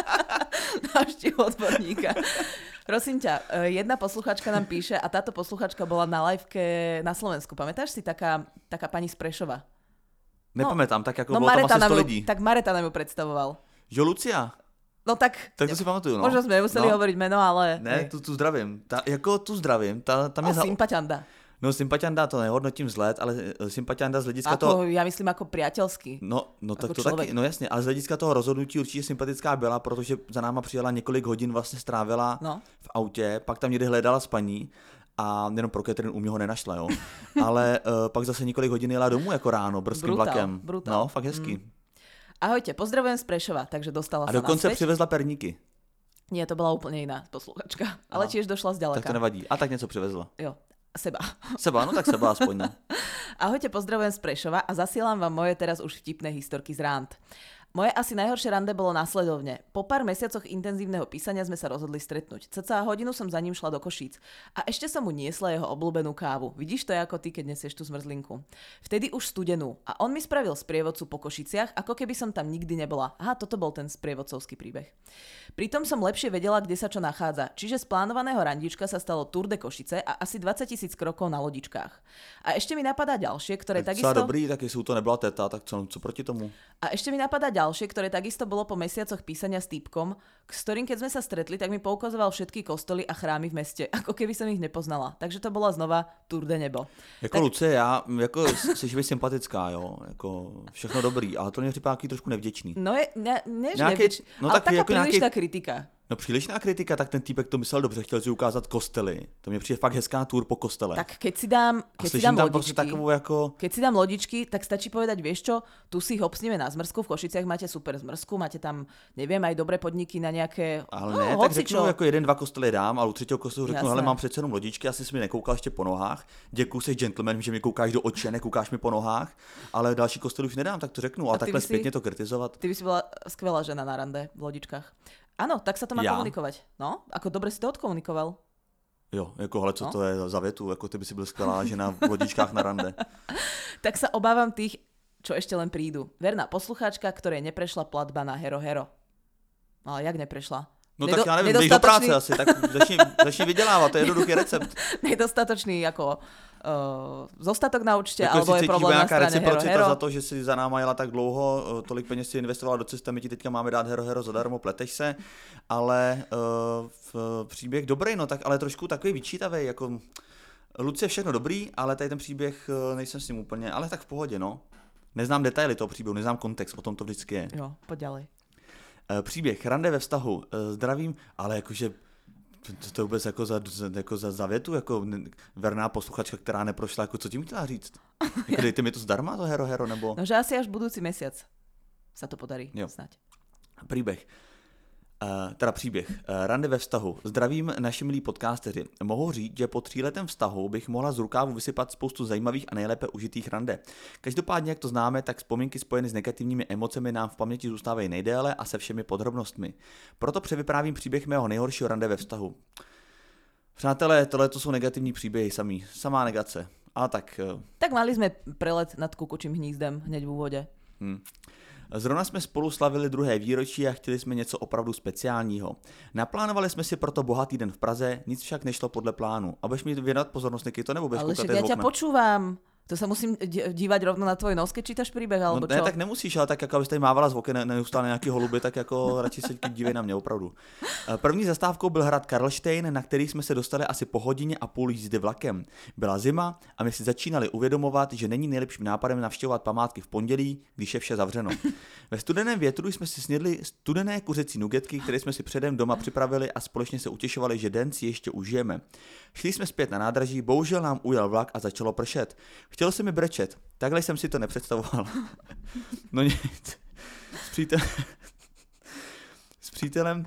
Návštívu odborníka. Prosím ťa, jedna posluchačka nám píše a táto posluchačka bola na liveke na Slovensku. Pamätáš si taká pani z Prešova? Nepamätám, tak ako bolo tam asi 100 ľudí. Tak Mareta nám ju predstavoval. Jo, Lucia. No tak to si pamatuju, no. Možno sme nemuseli hovoriť meno, ale... Ne, tu zdravím. Tu zdravím. Tam je sympatianda. No sympatianda to nehodnotím vzhled, ale sympatianda z hlediska toho... Ja myslím ako priateľský. No tak to taky, no jasně, ale z hlediska toho rozhodnutí určitě sympatická byla, protože za náma přijela několik hodin, vlastně strávila v autě, pak tam někde hledala spaní a jenom pro Catherine u mě ho nenašla, jo. Ale pak zase několik hodin jela domů jako ráno, brzkým vlakem. Brutál. No, fakt hezký. Ahojte, pozdravujem z Prešova, takže dostala sa naspäť. A dokonce naspäť. Přivezla perníky. Nie, to bola úplne iná posluchačka, ale tiež došla zďaleka. Tak to nevadí. A tak něco přivezla. Jo, seba. Seba, no tak seba aspoň ne. Ahojte, pozdravujem z Prešova a zasielam vám moje teraz už vtipné historky z rand. Moje asi najhoršie rande bolo následovne. Po pár mesiacoch intenzívneho písania sme sa rozhodli stretnúť. Cca hodinu som za ním šla do Košíc. A ešte som mu niesla jeho obľúbenú kávu. Vidíš, to je ako ty, keď nesieš tú zmrzlinku. Vtedy už studenú. A on mi spravil sprievodcu po Košiciach, ako keby som tam nikdy nebola. Aha, toto bol ten sprievodcovský príbeh. Pritom som lepšie vedela, kde sa čo nachádza. Čiže z plánovaného randička sa stalo Tour de Košice a asi 20 000 krokov na lodičkách. A ešte mi napadá ďalšie, ktoré tak takisto... dobrý, tak jestli to nebola teta, tak co proti tomu? A ešte mi napadá ďalšie, ktoré takisto bolo po mesiacoch písania s týpkom, s ktorým keď sme sa stretli, tak mi poukazoval všetky kostoly a chrámy v meste, ako keby som ich nepoznala. Takže to bola znova Tour de nebo. Jako tak... Lucie, já, jako jsi sympatická, jo, jako všechno dobrý, ale to mě připadá trošku nevděčný. No je, nevděčný, ale tak taká jako prílišná kritika. No přílišná kritika, tak ten týpek to myslel dobře, chtěl si ukázat kostely. To mě přijde fakt hezká tour po kostele. Tak keď si dám lodičky, takovou jako... keď si dám lodičky, tak stačí povedať, vieš čo, tu si hopsneme na zmrzku, v Košiciach máte super zmrzku, máte tam, neviem, aj dobré podniky na nejaké... Ale ne, tak řeknu, jako 1-2 kostely dám, ale u třetího kostelu řeknu, hele, mám přece jenom lodičky, asi si mi nekoukal ještě po nohách. Děkuju, jsi gentleman, že mi koukáš do očí a nekoukáš mi po nohách, ale další kostel už nedám, tak to řeknu, a takhle zpětně to kritizovat. Ty by si bola skvelá žena na rande v lodičkách. Áno, tak sa to má komunikovať. No, ako dobre si to odkomunikoval. Jo, jako hele, co to je za větu, jako ty by si byl skvělá žena v lodičkách na rande. Tak sa obávam tých, čo ešte len prídu. Verná poslucháčka, ktorej neprešla platba na Hero Hero. Ale jak neprešla? No tak já nevím, jdeš do práce asi, tak začni vydělávat, to je jednoduchý recept. Nedostatočný jako zostatok na účte, jako alebo je problém na straně Hero Hero. Za to, že si za náma jela tak dlouho, tolik peněz si investovala do cesty, my ti teďka máme dát Hero Hero zadarmo, pleteš se, ale v příběh dobrý, no tak ale trošku takový vyčítavý, jako Lucie všechno dobrý, ale tady ten příběh nejsem s ním úplně, ale tak v pohodě, no. Neznám detaily toho příběhu, neznám kontext, o tom to vždycky je. Jo, pojď ďalej. Příběh, rande ve vztahu, zdravím, ale jakože to je vůbec jako za větu, jako verná posluchačka, která neprošla, jako co tím chtěla říct? Jako dejte mi to zdarma, to Hero Hero, nebo? No, že asi až budoucí mesiac sa to podarí, snať. Příběh. Příběh. Rande ve vztahu. Zdravím naši milí podcasteři. Mohu říct, že po 3letém vztahu bych mohla z rukávu vysypat spoustu zajímavých a nejlépe užitých rande. Každopádně, jak to známe, tak vzpomínky spojené s negativními emocemi nám v paměti zůstávají nejdéle a se všemi podrobnostmi. Proto převyprávím příběh mého nejhoršího rande ve vztahu. Přátelé, tohle to jsou negativní příběhy samý. Samá negace. A tak... Tak mali jsme prelet nad kukučím hnízdem hneď v úvode. Zrovna jsme spolu slavili 2. výročí a chtěli jsme něco opravdu speciálního. Naplánovali jsme si proto bohatý den v Praze, nic však nešlo podle plánu. A budeš mi věnovat pozornost, Nikito, nebo budeš koukat z okna? Ale však ja ťa počúvam. To sa musím dívať rovno na tvoj nos, keď čítaš príbeh, alebo čo? Ne, tak nemusíš, ale tak jako abys tady mávala z oken neustále nějaký holuby, tak jako radši se dívej na mě, opravdu. První zastávkou byl hrad Karlštejn, na který jsme se dostali asi po hodině a půl jízdy vlakem. Byla zima a my si začínali uvědomovat, že není nejlepším nápadem navštěvovat památky v pondělí, když je vše zavřeno. Ve studeném větru jsme si snědli studené kuřecí nugetky, které jsme si předem doma připravili a společně se utěšovali, že den si ještě užijeme. Šli jsme zpět na nádraží, bohužel nám ujel vlak a začalo pršet. Chtěl jsem mi brečet. Takhle jsem si to nepředstavoval. No nic. S přítelem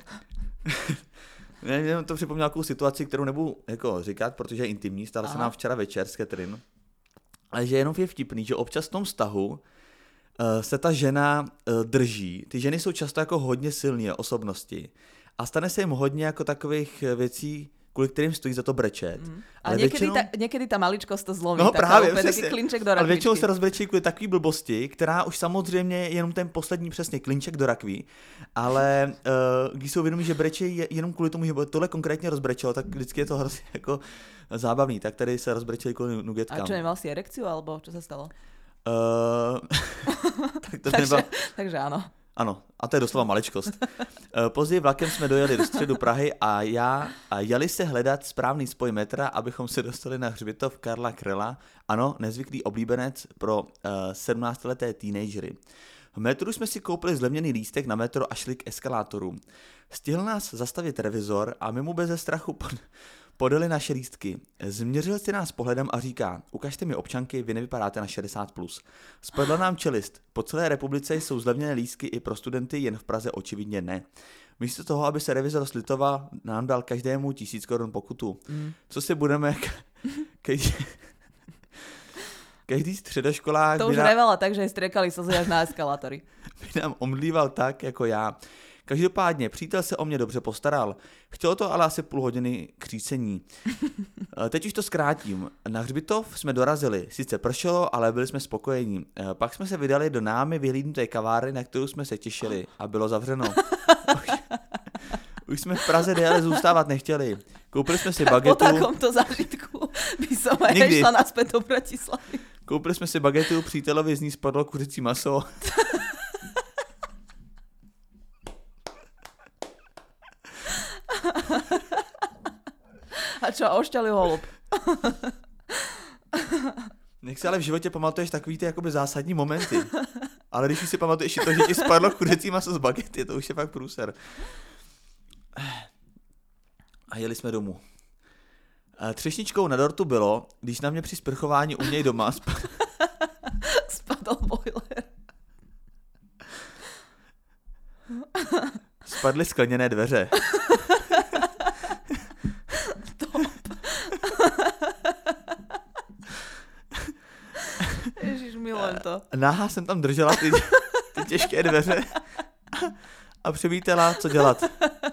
to připomněl nějakou situaci, kterou nebudu jako říkat, protože je intimní, stala se nám včera večer s Catherine. Ale že jenom je vtipný, že občas v tom vztahu se ta žena drží. Ty ženy jsou často jako hodně silné osobnosti. A stane se jim hodně jako takových věcí, kvůli kterým stojí za to brečet. A někdy ta maličkost to zlomí. No právě, taký klinček do rakvičky. Ale většinou se rozbrečí kvůli takový blbosti, která už samozřejmě je jenom ten poslední přesně klinček do rakví, ale když jsou vědomí, že brečí jenom kvůli tomu, že tohle konkrétně rozbrečelo, tak vždycky je to hrozně jako zábavný. Tak tady se rozbrečeli kvůli nugetkám. A čo, nemal si erekciu, alebo čo sa stalo? Takže áno. Ano, a to je doslova maličkost. Později vlakem jsme dojeli do středu Prahy a jeli se hledat správný spoj metra, abychom se dostali na hřbitov Karla Kryla. Ano, nezvyklý oblíbenec pro 17leté teenagery. V metru jsme si koupili zlevněný lístek na metro a šli k eskalátoru. Stihl nás zastavit revizor a my mu beze strachu podali naše lístky. Změřil si nás pohledem a říká, ukažte mi občanky, vy nevypadáte na 60+. Spadla nám čelist. Po celé republice jsou zlevněné lístky i pro studenty, jen v Praze očividně ne. Místo toho, aby se revizor slitoval, nám dal každému 1000 korun pokutu. Co si budeme... Každý středoškolák... To už revala tak, že striekali slzy až na eskalátory. By nám omdlíval tak, jako já. Každopádně, přítel se o mě dobře postaral. Chtělo to ale asi půl hodiny křícení. Teď už to zkrátím. Na hřbitov jsme dorazili. Sice pršelo, ale byli jsme spokojení. Pak jsme se vydali do námi vyhlídnuté kavárny, na kterou jsme se těšili. A bylo zavřeno. Už jsme v Praze déle zůstávat nechtěli. Koupili jsme si bagetu. Po takomto zážitku by som aj šla naspäť do Bratislavy. Koupili jsme si bagetu, přítelovi z ní spadlo kuřecí maso. A čo, ošťalil holub. Nech si ale v životě pamatuješ takový ty jakoby zásadní momenty. Ale když si pamatuješ to, že ti spadlo kuřecí maso z bagety, to už je fakt průser. A jeli jsme domů. Třešničkou na dortu bylo, když na mě při sprchování u něj doma spadl boiler. Spadly skleněné dveře. Ježiš, milujem to. Náha jsem tam držela ty těžké dveře a přivítala, co dělat.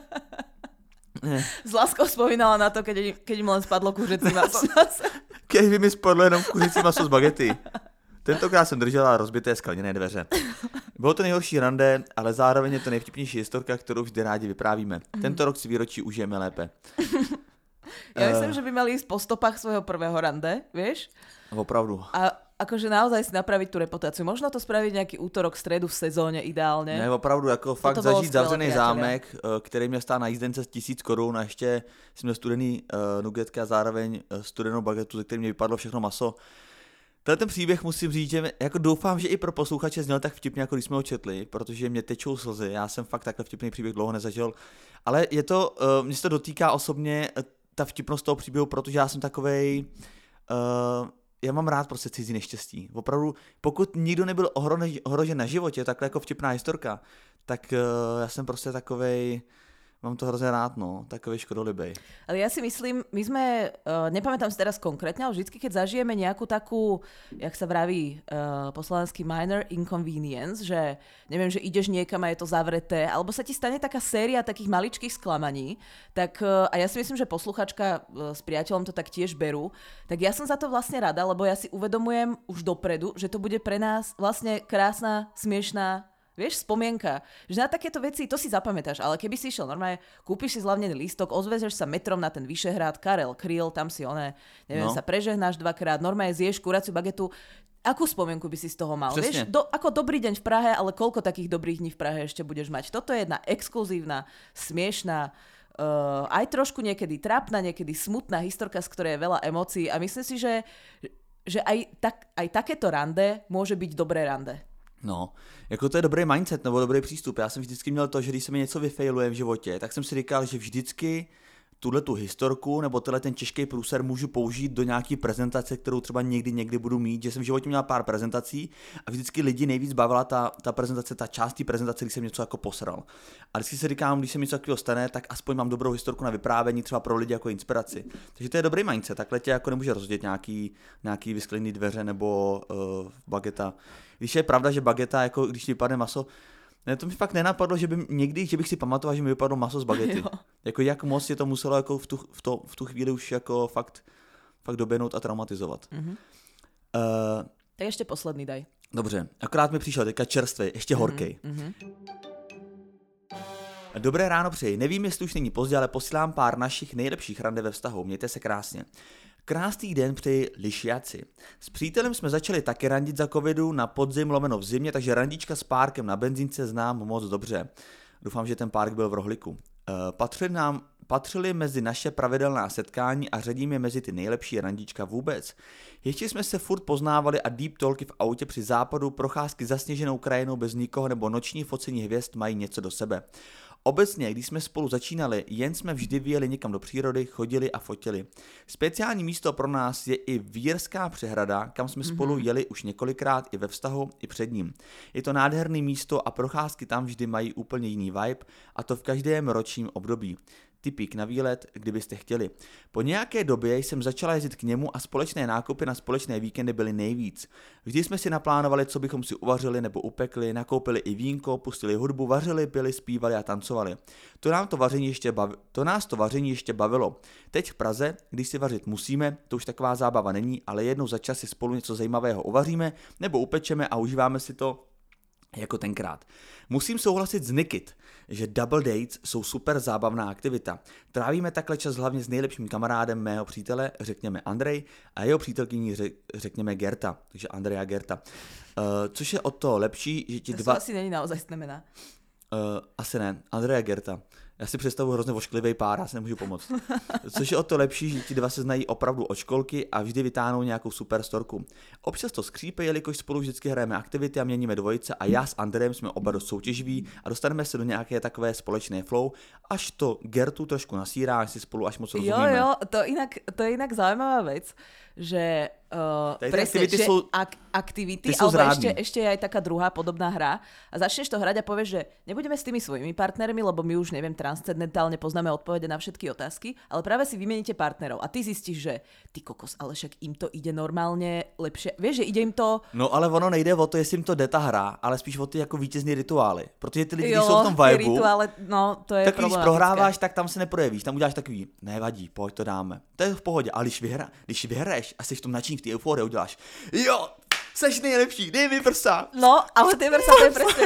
S láskou vzpomínala na to, keď im len spadlo kuřecí maso. Keď by mi spadlo jenom kuřecí maso z bagety. Tentokrát jsem držela rozbité skleněné dveře. Bylo to nejhorší rande, ale zároveň je to nejvtipnější historka, kterou vždy rádi vyprávíme. Tento rok si výročí užijeme lépe. Ja myslím, že by mali ísť po stopách svojho prvého rande, vieš? Opravdu. A akože naozaj si napraviť tú reputáciu. Možno to spraviť nejaký útorok, stredu v sezóne ideálne. Ne, opravdu, jako fakt zažít zavřený zámek, který mě stál na jízdence 1000 korun a ještě jsem měl studený nugetky a zároveň studenou bagetu, ze které mě vypadlo všechno maso. Ten příběh musím říct, že jako doufám, že i pro posluchače zněl tak vtipně, jako když jsme ho četli, protože mě tečou slzy. Já jsem fakt takhle vtipný příběh dlouho nezažil. Ale je to, mě se to dotýká osobně ta vtipnost toho příběhu, protože já jsem takovej, já mám rád prostě cizí neštěstí. Opravdu, pokud nikdo nebyl ohrožen na životě, takhle jako vtipná historka, tak já jsem prostě takovej, mám to hrozně rád, no, takový škodolibej. Ale ja si myslím, my sme, nepamätám si teraz konkrétne, ale vždycky, keď zažijeme nejakú takú, jak sa vraví po slovensky minor inconvenience, že neviem, že ideš niekam a je to zavreté, alebo sa ti stane taká séria takých maličkých sklamaní, tak, a ja si myslím, že posluchačka s priateľom to tak tiež berú, tak ja som za to vlastne rada, lebo ja si uvedomujem už dopredu, že to bude pre nás vlastne krásna, smiešná Vieš, spomienka. Že na takéto veci, to si zapamätáš, ale keby si išiel normálne, kúpiš si zľavnený lístok, ozvezeš sa metrom na ten Vyšehrad, Karel Kryl, tam si sa prežehnáš dvakrát, normálne zješ kuraciu bagetu. Akú spomienku by si z toho mal? Presne. Vieš, ako dobrý deň v Prahe, ale koľko takých dobrých dní v Prahe ešte budeš mať? Toto je jedna exkluzívna, smiešná, aj trošku niekedy trápna, niekedy smutná historka, z ktorej je veľa emócií a myslím si, že aj takéto rande môže byť dobré rande. No, jako to je dobrý mindset nebo dobrý přístup. Já jsem vždycky měl to, že když se mi něco vyfailuje v životě, tak jsem si říkal, že vždycky tu historku nebo ten těžký průser můžu použít do nějaký prezentace, kterou třeba někdy budu mít, že jsem v životě měl pár prezentací a vždycky lidi nejvíc bavila ta prezentace, ta část té prezentace, když jsem něco jako posral. A vždycky si říkám, když se mi něco takového stane, tak aspoň mám dobrou historku na vyprávění třeba pro lidi jako inspiraci. Takže to je dobrý mindset, takhle tě jako nemůže rozdělit nějaký vysklený dveře nebo bageta. Když je pravda, že bageta, jako když ti vypadne maso, ne, to mi fakt nenapadlo, že bych si pamatoval, že mi vypadlo maso z bagety. Jako jak moc je to muselo jako v tu chvíli už jako fakt doběhnout a traumatizovat. Mm-hmm. Tak ještě poslední daj. Dobře, akorát mi přišel teďka čerstvý, ještě horkej. Mm-hmm. Dobré ráno přeji. Nevím, jestli už není pozdě, ale posílám pár našich nejlepších rande ve vztahu. Mějte se krásně. Krásný den přeji lišiaci. S přítelem jsme začali taky randit za covidu na podzim / v zimě, takže randička s párkem na benzínce znám moc dobře. Doufám, že ten párk byl v rohlíku. Patřili mezi naše pravidelná setkání a řadíme mezi ty nejlepší randička vůbec. Ještě jsme se furt poznávali a deep talky v autě při západu, procházky zasněženou krajinou bez nikoho nebo noční focení hvězd mají něco do sebe. Obecně, když jsme spolu začínali, jen jsme vždy vyjeli někam do přírody, chodili a fotili. Speciální místo pro nás je i Vírská přehrada, kam jsme spolu jeli už několikrát i ve vztahu, i před ním. Je to nádherné místo a procházky tam vždy mají úplně jiný vibe, a to v každém ročním období. Tipík na výlet, kdybyste chtěli. Po nějaké době jsem začala jezdit k němu a společné nákupy na společné víkendy byly nejvíc. Vždy jsme si naplánovali, co bychom si uvařili nebo upekli, nakoupili i vínko, pustili hudbu, vařili, pili, zpívali a tancovali. To nás to vaření ještě bavilo. Teď v Praze, když si vařit musíme, to už taková zábava není, ale jednou za čas si spolu něco zajímavého uvaříme nebo upečeme a užíváme si to jako tenkrát. Musím souhlasit s Nikit, že double dates jsou super zábavná aktivita. Trávíme takhle čas hlavně s nejlepším kamarádem mého přítele, řekněme Andrej, a jeho přítelkyní řekněme Gerta, takže Andrej a Gerta. Což je o to lepší, že ti dva... To asi není naozaj jména. Asi ne, Andrej a Gerta. Já si představuji hrozně ošklivý pár, já si nemůžu pomoct. Což je o to lepší, že ti dva se znají opravdu od školky a vždy vytáhnou nějakou super storku. Občas to skřípe, jelikož spolu vždycky hrajeme aktivity a měníme dvojice a já s Andrejem jsme oba dost soutěživí a dostaneme se do nějaké takové společné flow, až to Gertu trošku nasírá, až si spolu až moc rozumíme. Jo, to je inak zaujímavá vec, že presne, že aktivity alebo ešte je aj taká druhá podobná hra a začneš to hrať a povieš, že nebudeme s tými svojimi partnermi, lebo my už neviem, transcendentálne poznáme odpovede na všetky otázky, ale práve si vymeníte partnerov a ty zistíš, že ty kokos, ale však im to ide normálne lepšie. Vieš, že ide im to... No ale ono nejde o to, jestli im to jde ta hra, ale spíš o ty jako vítězný rituály. Protože ty lidi, jsou v tom vibu, rituály, no, to je tak když prohráváš, tak tam se neprojevíš, tam uděláš takový, nevadí, pojď to dáme. To je v pohodě, ale když vyhraješ a jsi v tom nadšení, v té euforii uděláš, jo, seš nejlepší, dej mi prsa. No, ale ty prsa, to je presne.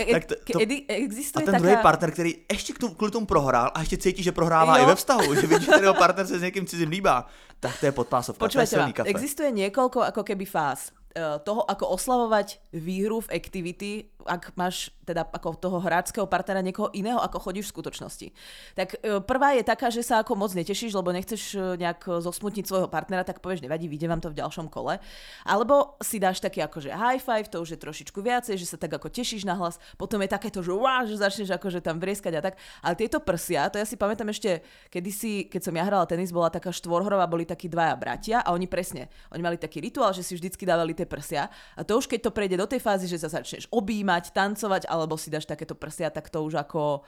Existuje a ten druhý partner, který ještě kvůli tomu prohrál a ještě cítí, že prohrává i ve vztahu, že vidíš, že ten partner se s někým cizím líbá, tak to je podpásovka. Počúvajte ma, existuje niekoľko ako keby fáz toho, ako oslavovať výhru v activity, ak máš teda ako toho hráčského partnera niekoho iného, ako chodíš v skutočnosti. Tak prvá je taká, že sa ako moc netešíš, lebo nechceš nejak zosmutniť svojho partnera, tak povieš, nevadí, vyjde vám to v ďalšom kole. Alebo si dáš taký akože high five, to už je trošičku viacej, že sa tak ako tešíš na hlas. Potom je takéto, že wow, že začneš akože tam vrieskať a tak. Ale tieto prsia, to ja si pamätám ešte kedysi, keď som ja hrala tenis, bola taká štvorhrová, boli takí dvaja bratia a oni mali taký rituál, že si vždycky dávali tie prsia. A to už keď to prejde do tej fázy, že sa začneš objímať, tancovať, alebo si dáš takéto prsia, tak to už ako...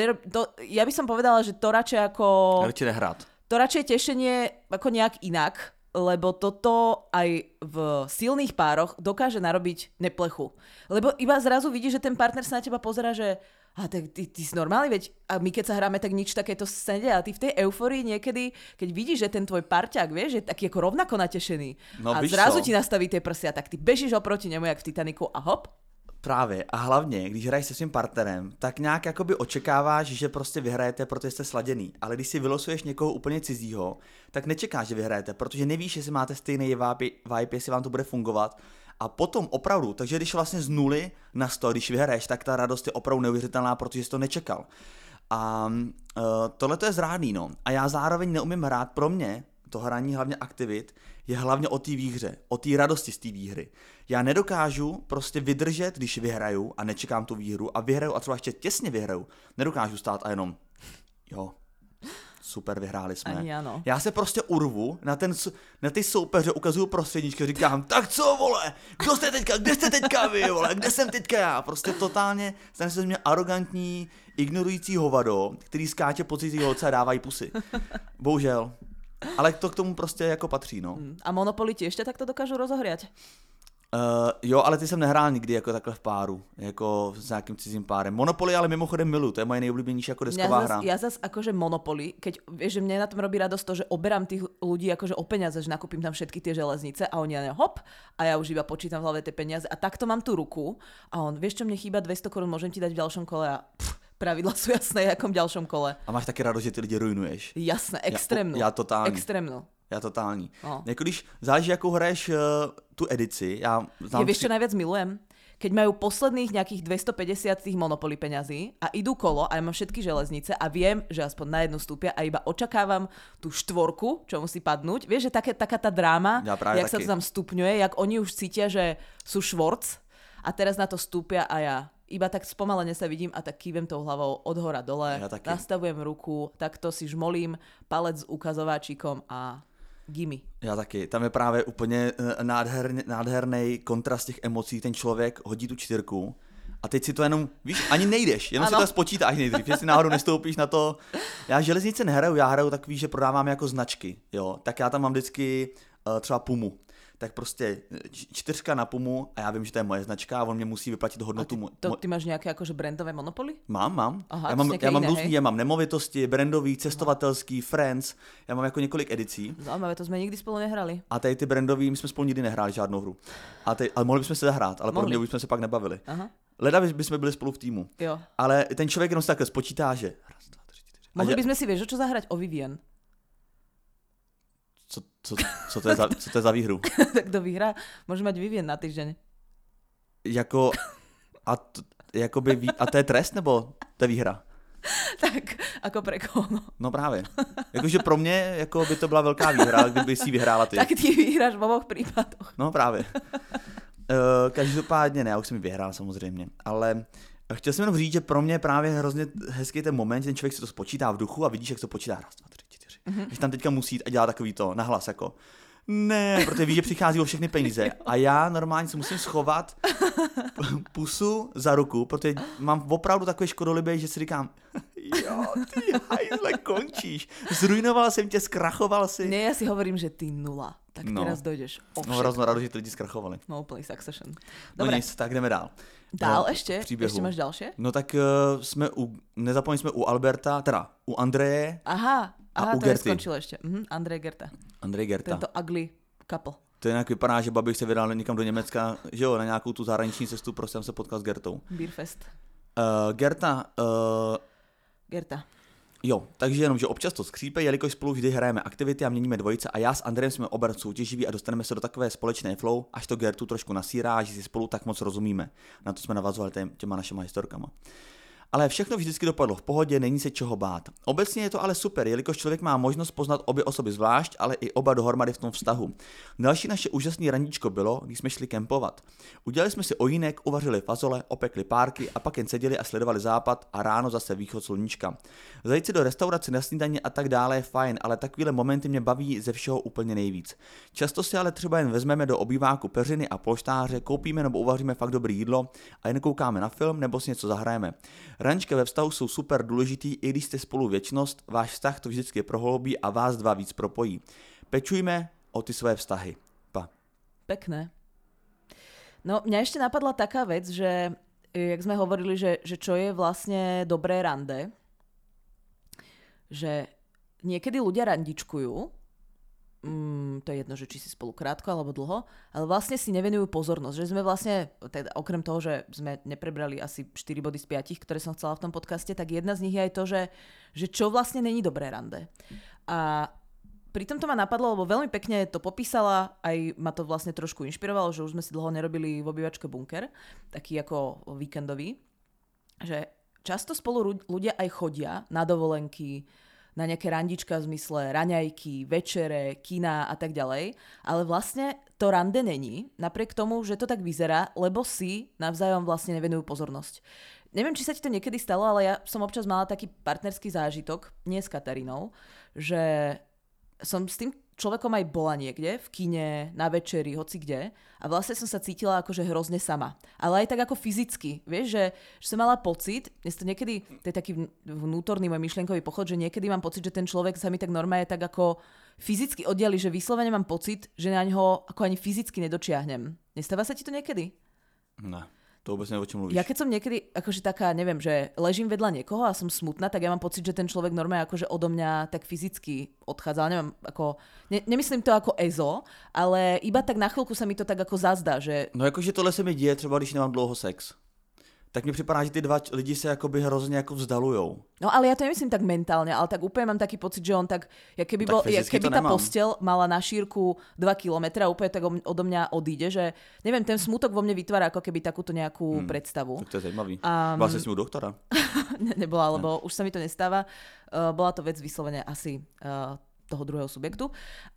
Ja by som povedala, že to radšej ako... Radšej nehrát. To radšej tešenie ako nejak inak, lebo toto aj v silných pároch dokáže narobiť neplechu. Lebo iba zrazu vidíš, že ten partner sa na teba pozerá, že tak ty si normálny, veď a my keď sa hráme, tak nič takéto sa nedie. A ty v tej euforii niekedy, keď vidíš, že ten tvoj parťák, vieš, je taký ako rovnako natešený a zrazu ti nastaví tie prsia, tak ty bežíš oproti nemu jak v Titaniku a hop. Právě. A hlavně, když hraješ se svým partnerem, tak nějak jakoby očekáváš, že prostě vyhrajete, protože jste sladěný. Ale když si vylosuješ někoho úplně cizího, tak nečekáš, že vyhrajete, protože nevíš, jestli máte stejný vibe, jestli vám to bude fungovat. A potom opravdu, takže když vlastně z 0 na 100, když vyhraješ, tak ta radost je opravdu neuvěřitelná, protože jsi to nečekal. A tohle to je zrádný, no. A já zároveň neumím hrát. Pro mě to hraní hlavně aktivit je hlavně o té výhře, o té radosti z té výhry. Já nedokážu prostě vydržet, když vyhraju a nečekám tu výhru a vyhraju a třeba ještě těsně vyhraju. Nedokážu stát a jenom, jo, super, vyhráli jsme. Ani ano. Já se prostě urvu na ty soupeře, ukazuju prostředníčky, říkám, tak co, vole, kdo jste teďka, kde jste teďka vy, vole, kde jsem teďka já? Prostě totálně stane se z mě arrogantní, ignorující hovado, který skáče po cizí holce a dávají pusy. Bohužel. Ale to k tomu prostě jako patří, no. A Monopoly ti ešte takto dokážu rozohriať? Jo, ale ty jsem nehrál nikdy jako takhle v páru, jako s nějakým cizím párem. Monopoly ale mimochodem miluju, to je moje nejoblíbenější jako desková hra. Ja zas akože Monopoly, keď vieš, že mne na tom robí radosť to, že oberám tých ľudí akože o peniaze, že nakúpim tam všetky tie železnice a oni hop a ja už iba počítam v hlave tie peniaze a takto mám tú ruku a on, vieš čo, mne chýba 200 korún, môžem ti dať v ďalšom kole a pravidla sú jasné, jakom ďalšom kole. A máš taky radost, že ty lidi ruinuješ. Jasné, extrémnu. Já totální. Extrémnu. Já totální. No. Jako když záleží, jakou hraješ tu edici. Já znám vieš, čo najviac milujem? Keď majú posledných nejakých 250 tých Monopoly peňazí a idú kolo a ja mám všetky železnice a viem, že aspoň na jednu stúpia a iba očakávam tú štvorku, čo musí padnúť. Vieš, že taká tá dráma, jak sa to tam stupňuje, jak oni už cítia, že sú švorc a teraz na to stúpia a ja iba tak spomalene sa vidím a tak kývem tou hlavou od hora dole, nastavujem ruku, takto si žmolím palec s ukazováčikom a gimme. Já taky. Tam je právě úplně nádherný kontrast těch emocí. Ten člověk hodí tu 4 a teď si to jenom, víš, ani nejdeš, jenom si to spočítáš nejdřív, jestli náhodou nestoupíš na to. Já železnice nehraju, já hraju takový, že prodávám jako značky, jo. Tak já tam mám vždycky třeba Pumu. Tak prostě 4 na Pumu a já vím, že to je moje značka a on mě musí vyplatit hodnotu. Ty máš nějaké jakože brandové Monopoly? Mám. Aha, já mám různý, já mám nemovitosti, brandový, cestovatelský, Friends, já mám jako několik edicí. Zaujímavé, to jsme nikdy spolu nehrali. A tady ty brandový, my jsme spolu nikdy nehráli žádnou hru. Ale mohli bychom se zahrát, ale podle mě už jsme se pak nebavili. Aha. Leda bychom byli spolu v týmu. Jo. Ale ten člověk jenom se takhle spočítá, že 1, 2, 3, 4. Mohli bychom si, vieš, čo zahrať o Vivien? Co to je za výhru? Tak kdo vyhrá, může mať Vivien na týždeň. Jako, a to je trest, nebo to je výhra? Tak, ako pre koho, no. No právě. Jakože pro mě jako by to byla velká výhra, kdyby si vyhrála ty. Tak ty vyhráš v obou případoch. No právě. Každopádně ne, já už jsem ji vyhrál samozřejmě, ale chtěl jsem jenom říct, že pro mě právě hrozně hezký ten moment, ten člověk si to spočítá v duchu a vidíš, jak to počítá 1, 2, 3, 4. Když tam teďka musí jít a dělá takový to nahlas jako ne, protože víš, že přichází o všechny peníze a já normálně si musím schovat pusu za ruku, protože mám opravdu takový škodolibý, že si říkám jo, ty hajzle, končíš. Zrujnoval jsem tě, zkrachoval si. Ne, já si hovorím, že ty 0. Tak teraz dojdeš o všetko. No hrozno rád, že ty lidi zkrachovali. No úplný Succession. Dobre. No nic, tak jdeme dál. Dál ještě? Ještě máš další? No tak nezapomeň jsme u Alberta, teda u Andreje. Aha, a u to Gerty. neskončilo ještě. Andrej Gerta. Andrej Gerta. Tento ugly couple. To jinak vypadá, že Babiš se vydal někam do Německa, že jo, na nějakou tu zahraniční cestu, prostě jsem se potkal s Gertou. Beerfest. Gerta. Jo, takže jenom, že občas to skřípe, jelikož spolu vždy hrajeme aktivity a měníme dvojice a já s Andrejem jsme oba soutěživí a dostaneme se do takové společné flow, až to Gertu trošku nasírá, že si spolu tak moc rozumíme. Na to jsme navazovali těma našima historkama. Ale všechno vždycky dopadlo v pohodě, není se čeho bát. Obecně je to ale super, jelikož člověk má možnost poznat obě osoby zvlášť, ale i oba dohromady v tom vztahu. Další naše úžasné randíčko bylo, když jsme šli kempovat. Udělali jsme si ojínek, uvařili fazole, opekli párky a pak jen seděli a sledovali západ a ráno zase východ sluníčka. Zajít si do restaurace na snídaně a tak dále je fajn, ale takovéhle momenty mě baví ze všeho úplně nejvíc. Často si ale třeba jen vezmeme do obýváku peřiny a polštáře, koupíme nebo uvaříme fakt dobré jídlo a jen koukáme na film nebo si něco zahrajeme. Rančka ve vztahu jsou super důležitý, i když jste spolu věčnost, váš vztah to vždycky prohloubí a vás dva víc propojí. Pečujme o ty své vztahy. Pa. Pekné. No, mňa ešte napadla taká vec, že jak sme hovorili, že čo je vlastne dobré rande, že niekedy ľudia randičkujú to je jedno, že či si spolu krátko alebo dlho, ale vlastne si nevenujú pozornosť, že sme vlastne, teda okrem toho, že sme neprebrali asi 4 body z 5, ktoré som chcela v tom podcaste, tak jedna z nich je aj to, že čo vlastne není dobré rande. A pritom to ma napadlo, lebo veľmi pekne to popísala, aj ma to vlastne trošku inšpirovalo, že už sme si dlho nerobili v obývačke bunker, taký ako víkendový, že často spolu ľudia aj chodia na dovolenky, na nejaké randička v zmysle raňajky, večere, kina a tak ďalej, ale vlastne to rande není, napriek tomu, že to tak vyzerá, lebo si navzájom vlastne nevenujú pozornosť. Neviem, či sa ti to niekedy stalo, ale ja som občas mala taký partnerský zážitok, nie s Katarínou, že som s tým človekom aj bola niekde, v kine, na večeri, hoci kde a vlastne som sa cítila akože hrozne sama. Ale aj tak ako fyzicky, vieš, že som mala pocit, to niekedy, to je taký vnútorný môj myšlienkový pochod, že niekedy mám pocit, že ten človek sa mi tak normálne tak ako fyzicky oddiali, že vyslovene mám pocit, že na ňoho ako ani fyzicky nedočiahnem. Nestáva sa ti to niekedy? Ne. To vôbec neviem, o čom mluvíš. Ja keď som niekedy, akože taká, neviem, že ležím vedľa niekoho a som smutná, tak ja mám pocit, že ten človek normálne akože odo mňa tak fyzicky odchádza. Neviem, ako, nemyslím to ako ezo, ale iba tak na chvíľku sa mi to tak ako zazdá, že... No jakože tohle se mi děje třeba, když nemám dlouho sex. Tak mi připadá, že ty dva lidi se jakoby hrozně jako vzdalujou. No ale ja to nemyslím tak mentálne, ale tak úplne mám taký pocit, že on tak, keby tá posteľ mala na šírku 2 kilometra, úplne tak odo mňa odíde, že neviem, ten smutok vo mne vytvára ako keby takúto nejakú predstavu. Tak to je zajímavý. Bola si s ním u doktora? Nebola, lebo už sa mi to nestáva. Bola to vec vyslovene asi toho druhého subjektu.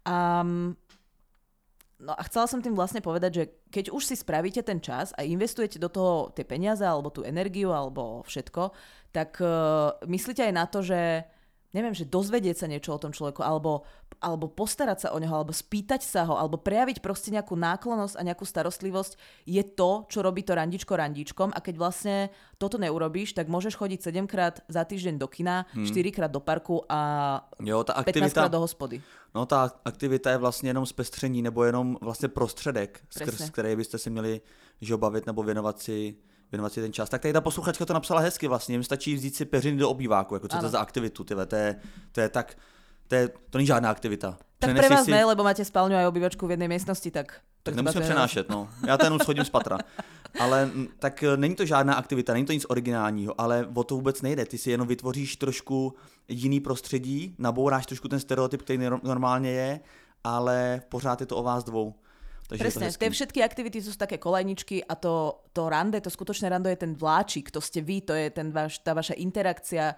No a chcela som tým vlastne povedať, že keď už si spravíte ten čas a investujete do toho tie peniaze alebo tú energiu alebo všetko, tak myslíte aj na to, že neviem, že dozvedieť sa niečo o tom človeku alebo postarať sa o neho, alebo spýtať sa ho, alebo prejaviť proste nejakú náklonnosť a nejakú starostlivosť je to, čo robí to randičko randíčkom a keď vlastne toto neurobíš, tak môžeš chodiť 7-krát za týždeň do kina, 4-krát do parku a 15-krát do hospody. No ta aktivita je vlastně jenom zpestření nebo jenom vlastně prostředek, skrz který byste si měli bavit nebo věnovat si ten čas. Tak tady ta posluchačka to napsala hezky vlastně, jim stačí vzít si peřiny do obýváku, jako co to za aktivitu, tyhle, to není žádná aktivita. Tak pre vás ne, lebo máte spálňu aj obývačku v jednej miestnosti, tak nemusíme přenášet, no. Já ten schodím z patra. Ale tak není to žádná aktivita, není to nic originálního, ale o to vůbec nejde. Ty si jenom vytvoříš trošku jiný prostředí, nabouráš trošku ten stereotyp, který normálně je, ale pořád je to o vás dvou. Takže presne, tie všetky aktivity sú také kolajničky a to rande, to skutočné rande je ten vláčik, to ste vy, to je tá vaša interakcia,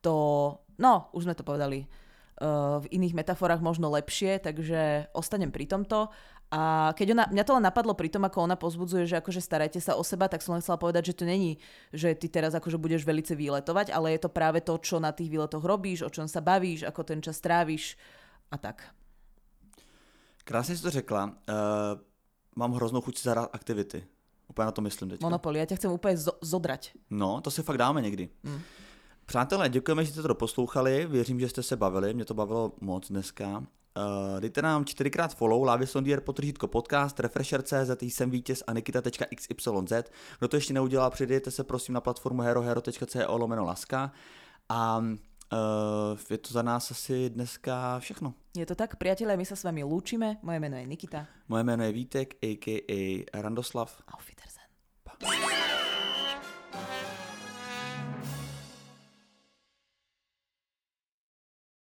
už sme to povedali v iných metaforách možno lepšie, takže ostanem pri tomto. A keď mňa to len napadlo pri tom, ako ona pozbudzuje, že akože starajte sa o seba, tak som len chcela povedať, že to není, že ty teraz akože budeš velice výletovať, ale je to práve to, čo na tých výletoch robíš, o čom sa bavíš, ako ten čas tráviš a tak. Krásně jsi to řekla. Mám hroznou chuť si zahrát aktivity. Úplně na to myslím teď. Monopoly, já tě chcem úplně zodrať. No, to si fakt dáme někdy. Přátelé, děkujeme, že jste to doposlouchali. Věřím, že jste se bavili. Mě to bavilo moc dneska. Dejte nám 4x follow, /podcast, Refresher.cz, jsem vítěz a nikita.xyz. Kdo to ještě neudělal, přidejte se prosím na platformu hero.co/laska a je to za nás asi dneska všechno. Je to tak, priatelé, my sa s vami lúčime. Moje meno je Nikita. Moje jméno je Vítek, a.k.a. Randoslav. Auf Wiedersehen.